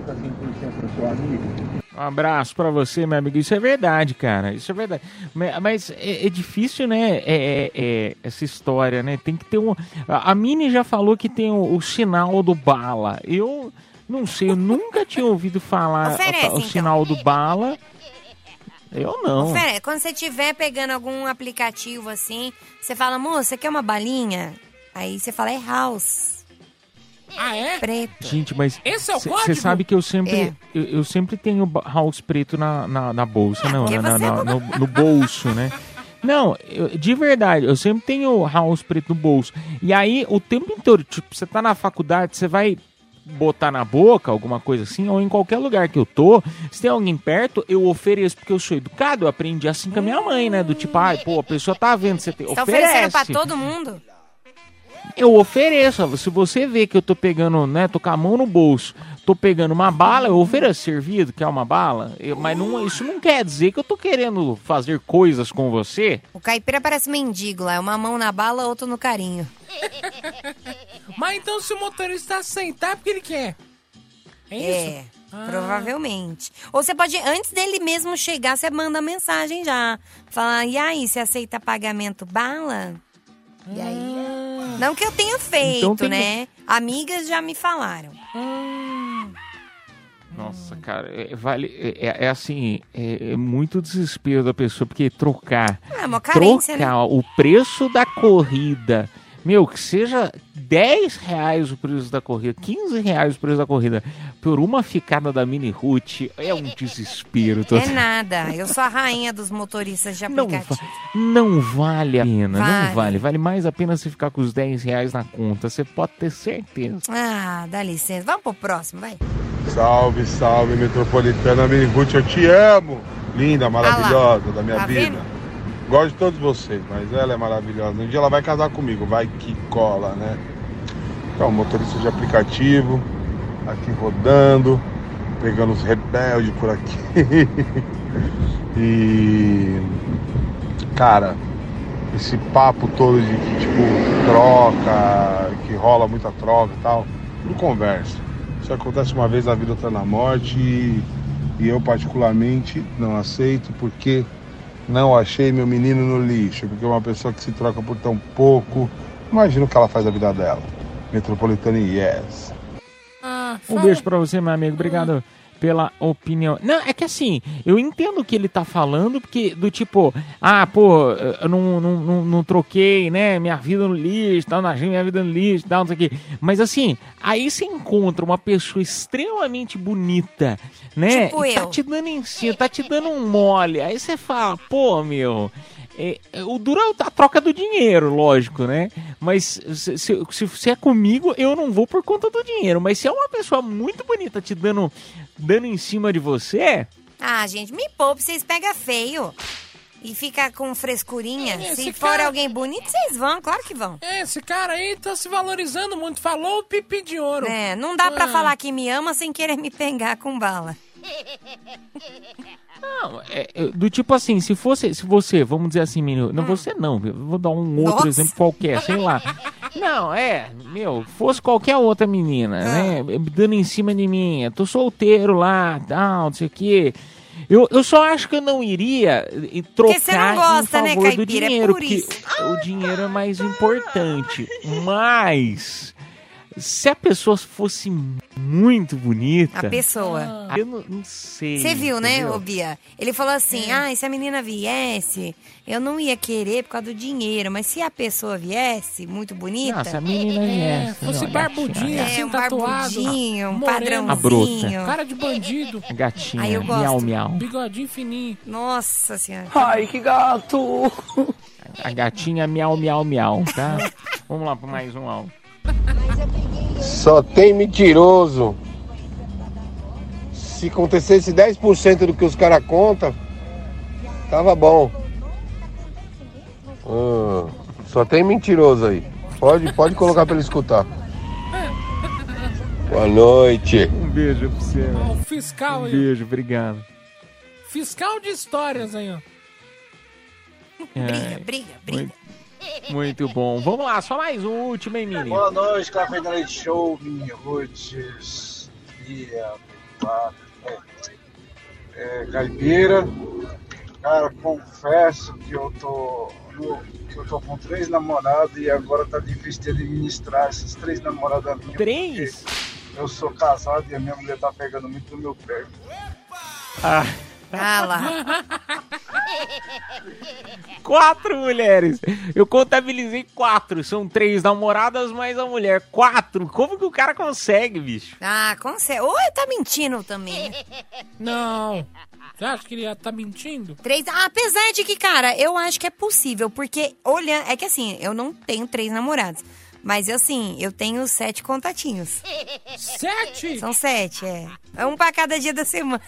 Um abraço pra você, meu amigo. Isso é verdade, cara. Isso é verdade. Mas é difícil, né? Essa história, né? Tem que ter um... A Mini já falou que tem o sinal do bala. Eu não sei, eu nunca tinha ouvido falar o sinal do bala. Eu não. Quando você estiver pegando algum aplicativo assim, você fala, moça, quer uma balinha? Aí você fala, é house. Ah, é? Preto. Gente, mas esse é o código? Você sabe que eu sempre tenho house preto na bolsa, no bolso, né? Não, de verdade, eu sempre tenho house preto no bolso. E aí, o tempo inteiro, tipo, você tá na faculdade, você vai botar na boca, alguma coisa assim, ou em qualquer lugar que eu tô, se tem alguém perto, eu ofereço, porque eu sou educado, eu aprendi assim com a minha mãe, né? Do tipo, a pessoa tá vendo, você tá oferecendo pra todo mundo? Eu ofereço, se você vê que eu tô pegando, né, tô com a mão no bolso, tô pegando uma bala, eu ofereço servido, quer uma bala, mas isso não quer dizer que eu tô querendo fazer coisas com você. O caipira parece mendigo lá, é uma mão na bala, outra no carinho. Mas então se o motorista aceitar, é porque ele quer. É isso? Provavelmente. Ou você pode, antes dele mesmo chegar, você manda mensagem já. Fala, e aí, você aceita pagamento bala? E aí? Não que eu tenha feito, então né? Amigas já me falaram. Nossa, cara, assim, é muito desespero da pessoa, porque trocar uma carência, né? O preço da corrida, que seja R$10 o preço da corrida, R$15 o preço da corrida, por uma ficada da Mini Ruth, é um desespero. É nada, eu sou a rainha dos motoristas de aplicativo. Não vale a pena, não vale. Vale mais a pena você ficar com os R$10 na conta, você pode ter certeza. Dá licença, vamos pro próximo, vai. Salve, salve, Metropolitana Mini Ruth, eu te amo. Linda, maravilhosa da minha vida. Vendo? Gosto de todos vocês, mas ela é maravilhosa. Um dia ela vai casar comigo, vai que cola, né? Então, motorista de aplicativo, aqui rodando, pegando os rebeldes por aqui. E... cara, esse papo todo de que, tipo, troca, que rola muita troca e tal, tudo conversa. Isso acontece uma vez na vida, outra na morte, e eu particularmente não aceito, porque não achei meu menino no lixo, porque uma pessoa que se troca por tão pouco, imagina o que ela faz da vida dela. Metropolitana, yes. Um beijo pra você, meu amigo, obrigado pela opinião. Não, é que assim, eu entendo o que ele tá falando, porque do tipo, eu não troquei, né, minha vida no lixo, tal, minha vida no lixo, tal, não sei o quê. Mas assim, aí você encontra uma pessoa extremamente bonita, né, tipo e tá te dando em cima, tá te dando um mole, aí você fala, pô, meu... o duro é a troca do dinheiro, lógico, né? Mas se é comigo, eu não vou por conta do dinheiro. Mas se é uma pessoa muito bonita te dando em cima de você... Ah, gente, me poupe, vocês pegam feio. E fica com frescurinha. Se for alguém bonito, vocês vão, claro que vão. Esse cara aí tá se valorizando muito. Falou o pipi de ouro. Não dá pra falar que me ama sem querer me pegar com bala. Não, do tipo assim, se você, vamos dizer assim, menino, não você não, eu vou dar um outro exemplo qualquer, sei lá. Não, fosse qualquer outra menina, né, dando em cima de mim, eu tô solteiro lá, tal, não sei o quê. Eu só acho que eu não iria trocar você não gosta, em favor, né, do caipira? dinheiro, Por porque isso. o dinheiro é mais importante, mas... Se a pessoa fosse muito bonita... A pessoa. Eu não sei. Você viu, né, entendeu? ô Bia? Ele falou assim, se a menina viesse, eu não ia querer por causa do dinheiro. Mas se a pessoa viesse, muito bonita... Não, se a menina viesse... fosse barbudinho, assim, um tatuado. barbudinho, um moreno, padrãozinho. A bruta. Cara de bandido. A gatinha, Aí eu gosto. miau, miau. Bigodinho fininho. Nossa senhora. Ai, que gato! A gatinha miau, miau, miau, tá? Vamos lá para mais um áudio. Só tem mentiroso. Se acontecesse 10% do que os caras contam, tava bom. Só tem mentiroso aí. Pode colocar pra ele escutar. Boa noite. Um beijo pra você. Ó, o fiscal aí. Beijo, obrigado. Fiscal de histórias aí, ó. Briga. Muito bom. Vamos lá, só mais um último, hein, menino? Boa noite, Café da Leite Show, Mini Roots, Caipira. Cara, confesso que eu tô com 3 namoradas e agora tá difícil de administrar essas 3 namoradas minhas. 3? Eu sou casado e a minha mulher tá pegando muito no meu pé. Ah lá. 4 mulheres. Eu contabilizei 4. São 3 namoradas mais a mulher. 4. Como que o cara consegue, bicho? Ah, consegue. Ou tá mentindo também. Não. Você acha que ele tá mentindo? 3. Apesar de que, cara, eu acho que é possível. Porque, olha, é que assim, eu não tenho 3 namorados. Mas assim, eu tenho 7 contatinhos. 7? São 7, é. Um pra cada dia da semana.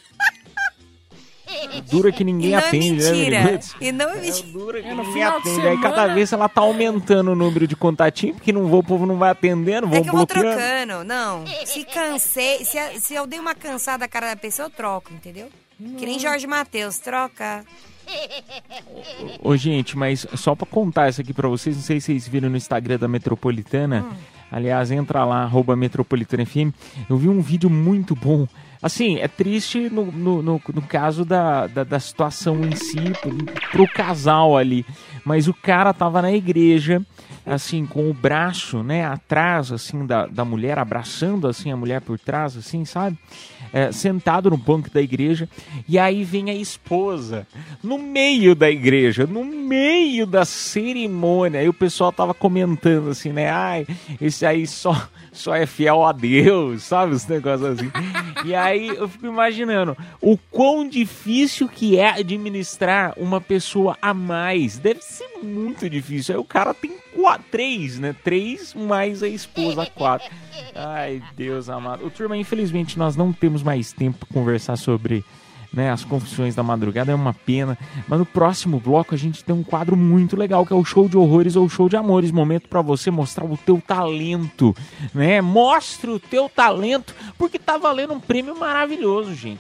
Dura que ninguém atende, mentira. né? E não é mentira. Dura que no ninguém final de atende. Aí cada semana- vez ela tá aumentando o número de contatinhos, porque o povo não vai atendendo, vão É que eu vou bloqueando. trocando. Não, se cansei, se eu dei uma cansada na cara da pessoa, eu troco, entendeu? Que nem Jorge Mateus, troca. Ô, gente, mas só pra contar isso aqui pra vocês, não sei se vocês viram no Instagram da Metropolitana, aliás, entra lá, @MetropolitanaFM, eu vi um vídeo muito bom. Assim, é triste no caso da situação em si, pro casal ali, mas o cara tava na igreja, assim, com o braço, né, atrás, assim, da mulher, abraçando, assim, a mulher por trás, assim, sabe? Sentado no banco da igreja, e aí vem a esposa no meio da igreja, no meio da cerimônia. Aí o pessoal tava comentando assim, né? Ai, esse aí só é fiel a Deus, sabe? Os negócios assim. E aí eu fico imaginando o quão difícil que é administrar uma pessoa a mais. Deve ser muito difícil. Aí o cara tem 3, né? 3 mais a esposa, 4. Ai, Deus amado. Ô, turma, infelizmente nós não temos mais tempo para conversar sobre, né, as confissões da madrugada, é uma pena. Mas no próximo bloco a gente tem um quadro muito legal, que é o show de horrores ou show de amores. Momento para você mostrar o teu talento, né? Mostre o teu talento, porque tá valendo um prêmio maravilhoso, gente.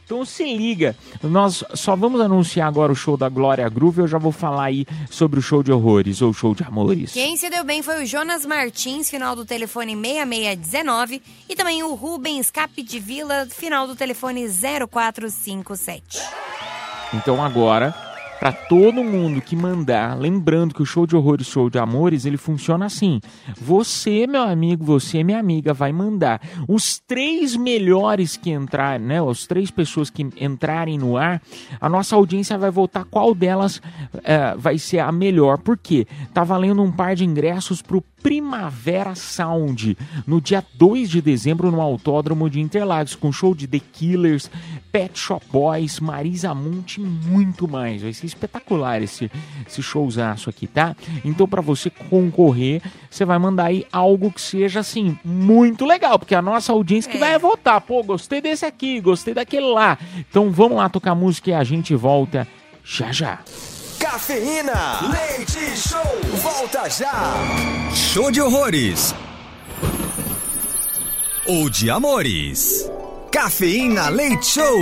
Então se liga, nós só vamos anunciar agora o show da Glória Groove, eu já vou falar aí sobre o show de horrores ou show de amores. Quem se deu bem foi o Jonas Martins, final do telefone 6619, e também o Rubens Capdevila, final do telefone 0457. Então agora, para todo mundo que mandar, lembrando que o show de horrores, show de amores, ele funciona assim. Você, meu amigo, você, minha amiga, vai mandar os 3 melhores que entrarem, né? As 3 pessoas que entrarem no ar, a nossa audiência vai votar qual delas vai ser a melhor. Por quê? Tá valendo um par de ingressos pro Primavera Sound, no dia 2 de dezembro no Autódromo de Interlagos, com show de The Killers, Pet Shop Boys, Marisa Monte e muito mais. Vai ser espetacular esse showzaço aqui, tá? Então, para você concorrer, você vai mandar aí algo que seja, assim, muito legal, porque a nossa audiência que vai votar. Pô, gostei desse aqui, gostei daquele lá. Então, vamos lá tocar música e a gente volta já já. Cafeína, leite show, volta já. Show de horrores ou de amores. Cafeína Leite Show.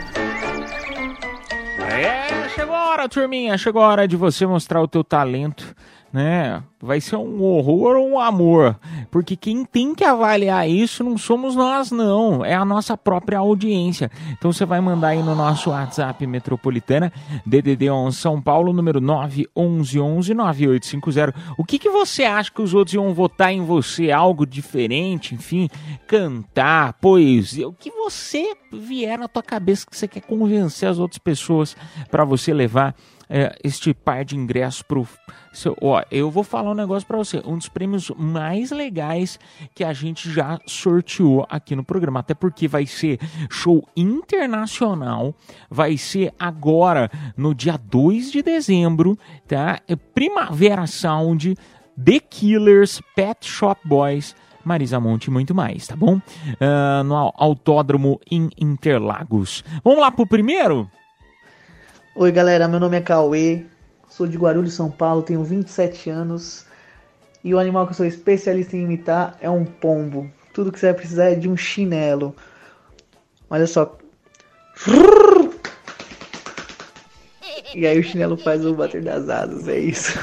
Chegou a hora, turminha, chegou a hora de você mostrar o teu talento, né? Vai ser um horror ou um amor, porque quem tem que avaliar isso não somos nós, não, é a nossa própria audiência. Então você vai mandar aí no nosso WhatsApp Metropolitana, DDD 11 São Paulo, número 911-9850. O que você acha que os outros iam votar em você? Algo diferente, enfim, cantar, poesia, o que você vier na tua cabeça que você quer convencer as outras pessoas para você levar este par de ingressos pro seu... Ó, eu vou falar um negócio pra você, um dos prêmios mais legais que a gente já sorteou aqui no programa, até porque vai ser show internacional, vai ser agora no dia 2 de dezembro, tá? Primavera Sound, The Killers, Pet Shop Boys, Marisa Monte e muito mais, tá bom? No Autódromo em Interlagos. Vamos lá pro primeiro? Oi galera, meu nome é Cauê, sou de Guarulhos, São Paulo, tenho 27 anos e o animal que eu sou especialista em imitar é um pombo. Tudo que você vai precisar é de um chinelo. Olha só. E aí o chinelo faz o bater das asas, é isso.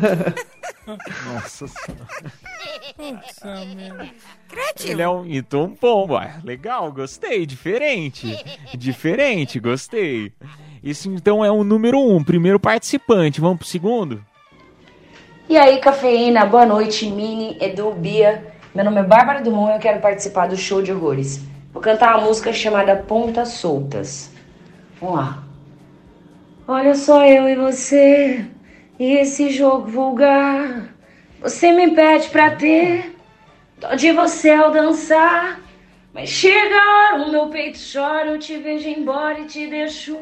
Nossa senhora. Nossa, meu. Criativo. Ele imitou um pombo. Legal, gostei, diferente. Diferente, gostei. Esse então é o número 1, primeiro participante. Vamos pro segundo? E aí, Cafeína, boa noite, Mini, Edu, Bia. Meu nome é Bárbara Dumont e eu quero participar do show de horrores. Vou cantar uma música chamada Pontas Soltas. Vamos lá. Olha só eu e você, e esse jogo vulgar. Você me pede pra ter dó de você ao dançar. Mas chega a hora, o meu peito chora, eu te vejo embora e te deixo.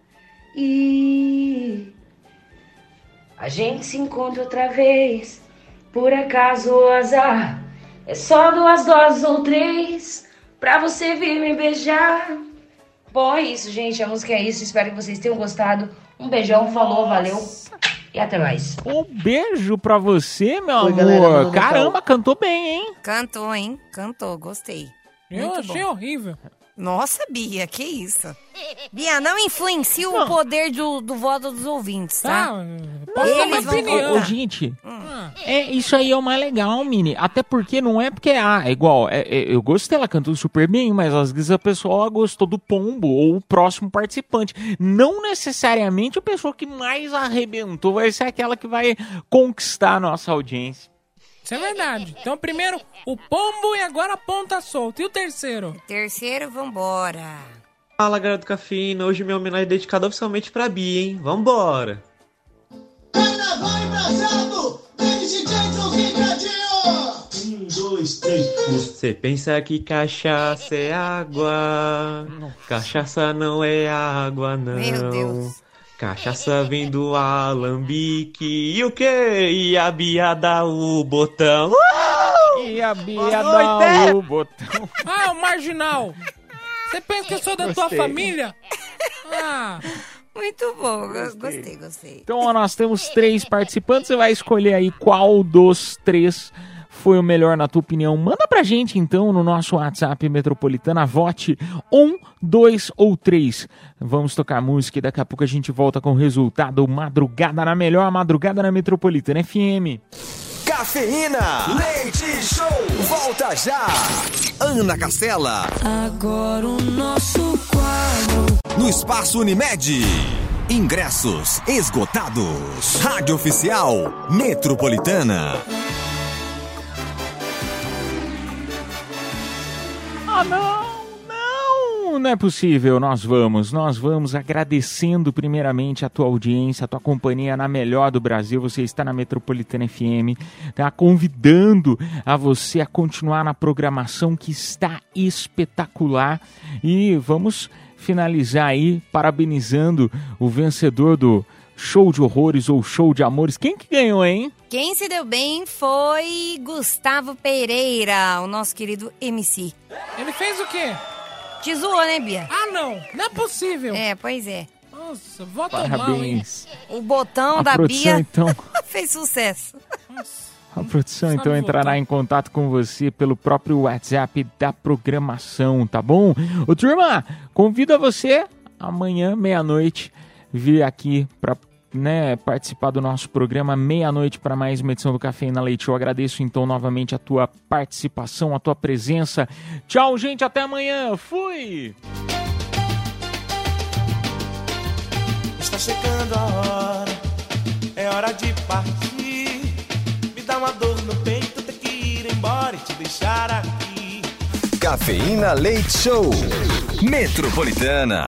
E a gente se encontra outra vez, por acaso ou azar. É só 2 doses ou 3 pra você vir me beijar. Bom, é isso, gente, a música é isso. Espero que vocês tenham gostado. Um beijão, falou, valeu e até mais. Um beijo pra você, meu amor. Galera, caramba, cantou bem, hein? Cantou, hein? Cantou, gostei. Eu Muito achei bom. horrível. Nossa, Bia, que isso? Bia, não influencia o poder do voto dos ouvintes, tá? Eles vão Ô, gente, isso aí é o mais legal, Mini. Até porque não é porque é igual. Eu gostei, ela cantou super bem, mas às vezes a pessoa gostou do pombo ou o próximo participante. Não necessariamente a pessoa que mais arrebentou vai ser aquela que vai conquistar a nossa audiência. Isso é verdade. Então, primeiro o pombo e agora a ponta solta. E o terceiro? Terceiro, vambora. Fala, galera do Cafeína. Hoje minha homenagem é dedicada oficialmente pra Bia, hein? Vambora! Carnaval embrasado! Ladies and gentlemen, 1, 2, 3. Você pensa que cachaça é água? Cachaça não é água, não. Meu Deus. Cachaça vem do alambique. E o quê? E a Bia dá o botão. E a Bia dá o botão. Ah, o marginal. Você pensa que eu sou da tua família? Ah. Muito bom, gostei. Então, ó, nós temos 3 participantes. Você vai escolher aí qual dos 3 foi o melhor na tua opinião? Manda pra gente então no nosso WhatsApp Metropolitana, vote 1, 2 ou 3. Vamos tocar música e daqui a pouco a gente volta com o resultado. Madrugada na melhor, madrugada na Metropolitana FM. Cafeína, leite show, volta já. Ana Castela. Agora o nosso quadro. No Espaço Unimed. Ingressos esgotados. Rádio Oficial Metropolitana. Não é possível, nós vamos agradecendo primeiramente a tua audiência, a tua companhia na melhor do Brasil. Você está na Metropolitana FM, tá convidando a você a continuar na programação que está espetacular, e vamos finalizar aí parabenizando o vencedor do Show de Horrores ou Show de Amores. Quem que ganhou, hein? Quem se deu bem foi Gustavo Pereira, o nosso querido MC. Ele fez o quê? Te zoou, né, Bia? Ah, não é possível. Pois é. Nossa, vota Parabéns. Mal, hein? O botão da produção, Bia então, fez sucesso. a produção então entrará em contato com você pelo próprio WhatsApp da programação, tá bom? Ô, turma, convido a você amanhã, meia-noite, vir aqui para participar do nosso programa, meia-noite, para mais uma edição do Cafeína Leite. Eu agradeço então novamente a tua participação, a tua presença. Tchau, gente, até amanhã. Fui! Está chegando a hora, é hora de partir. Me dá uma dor no peito, ter que ir embora e te deixar aqui. Cafeína Leite Show Metropolitana.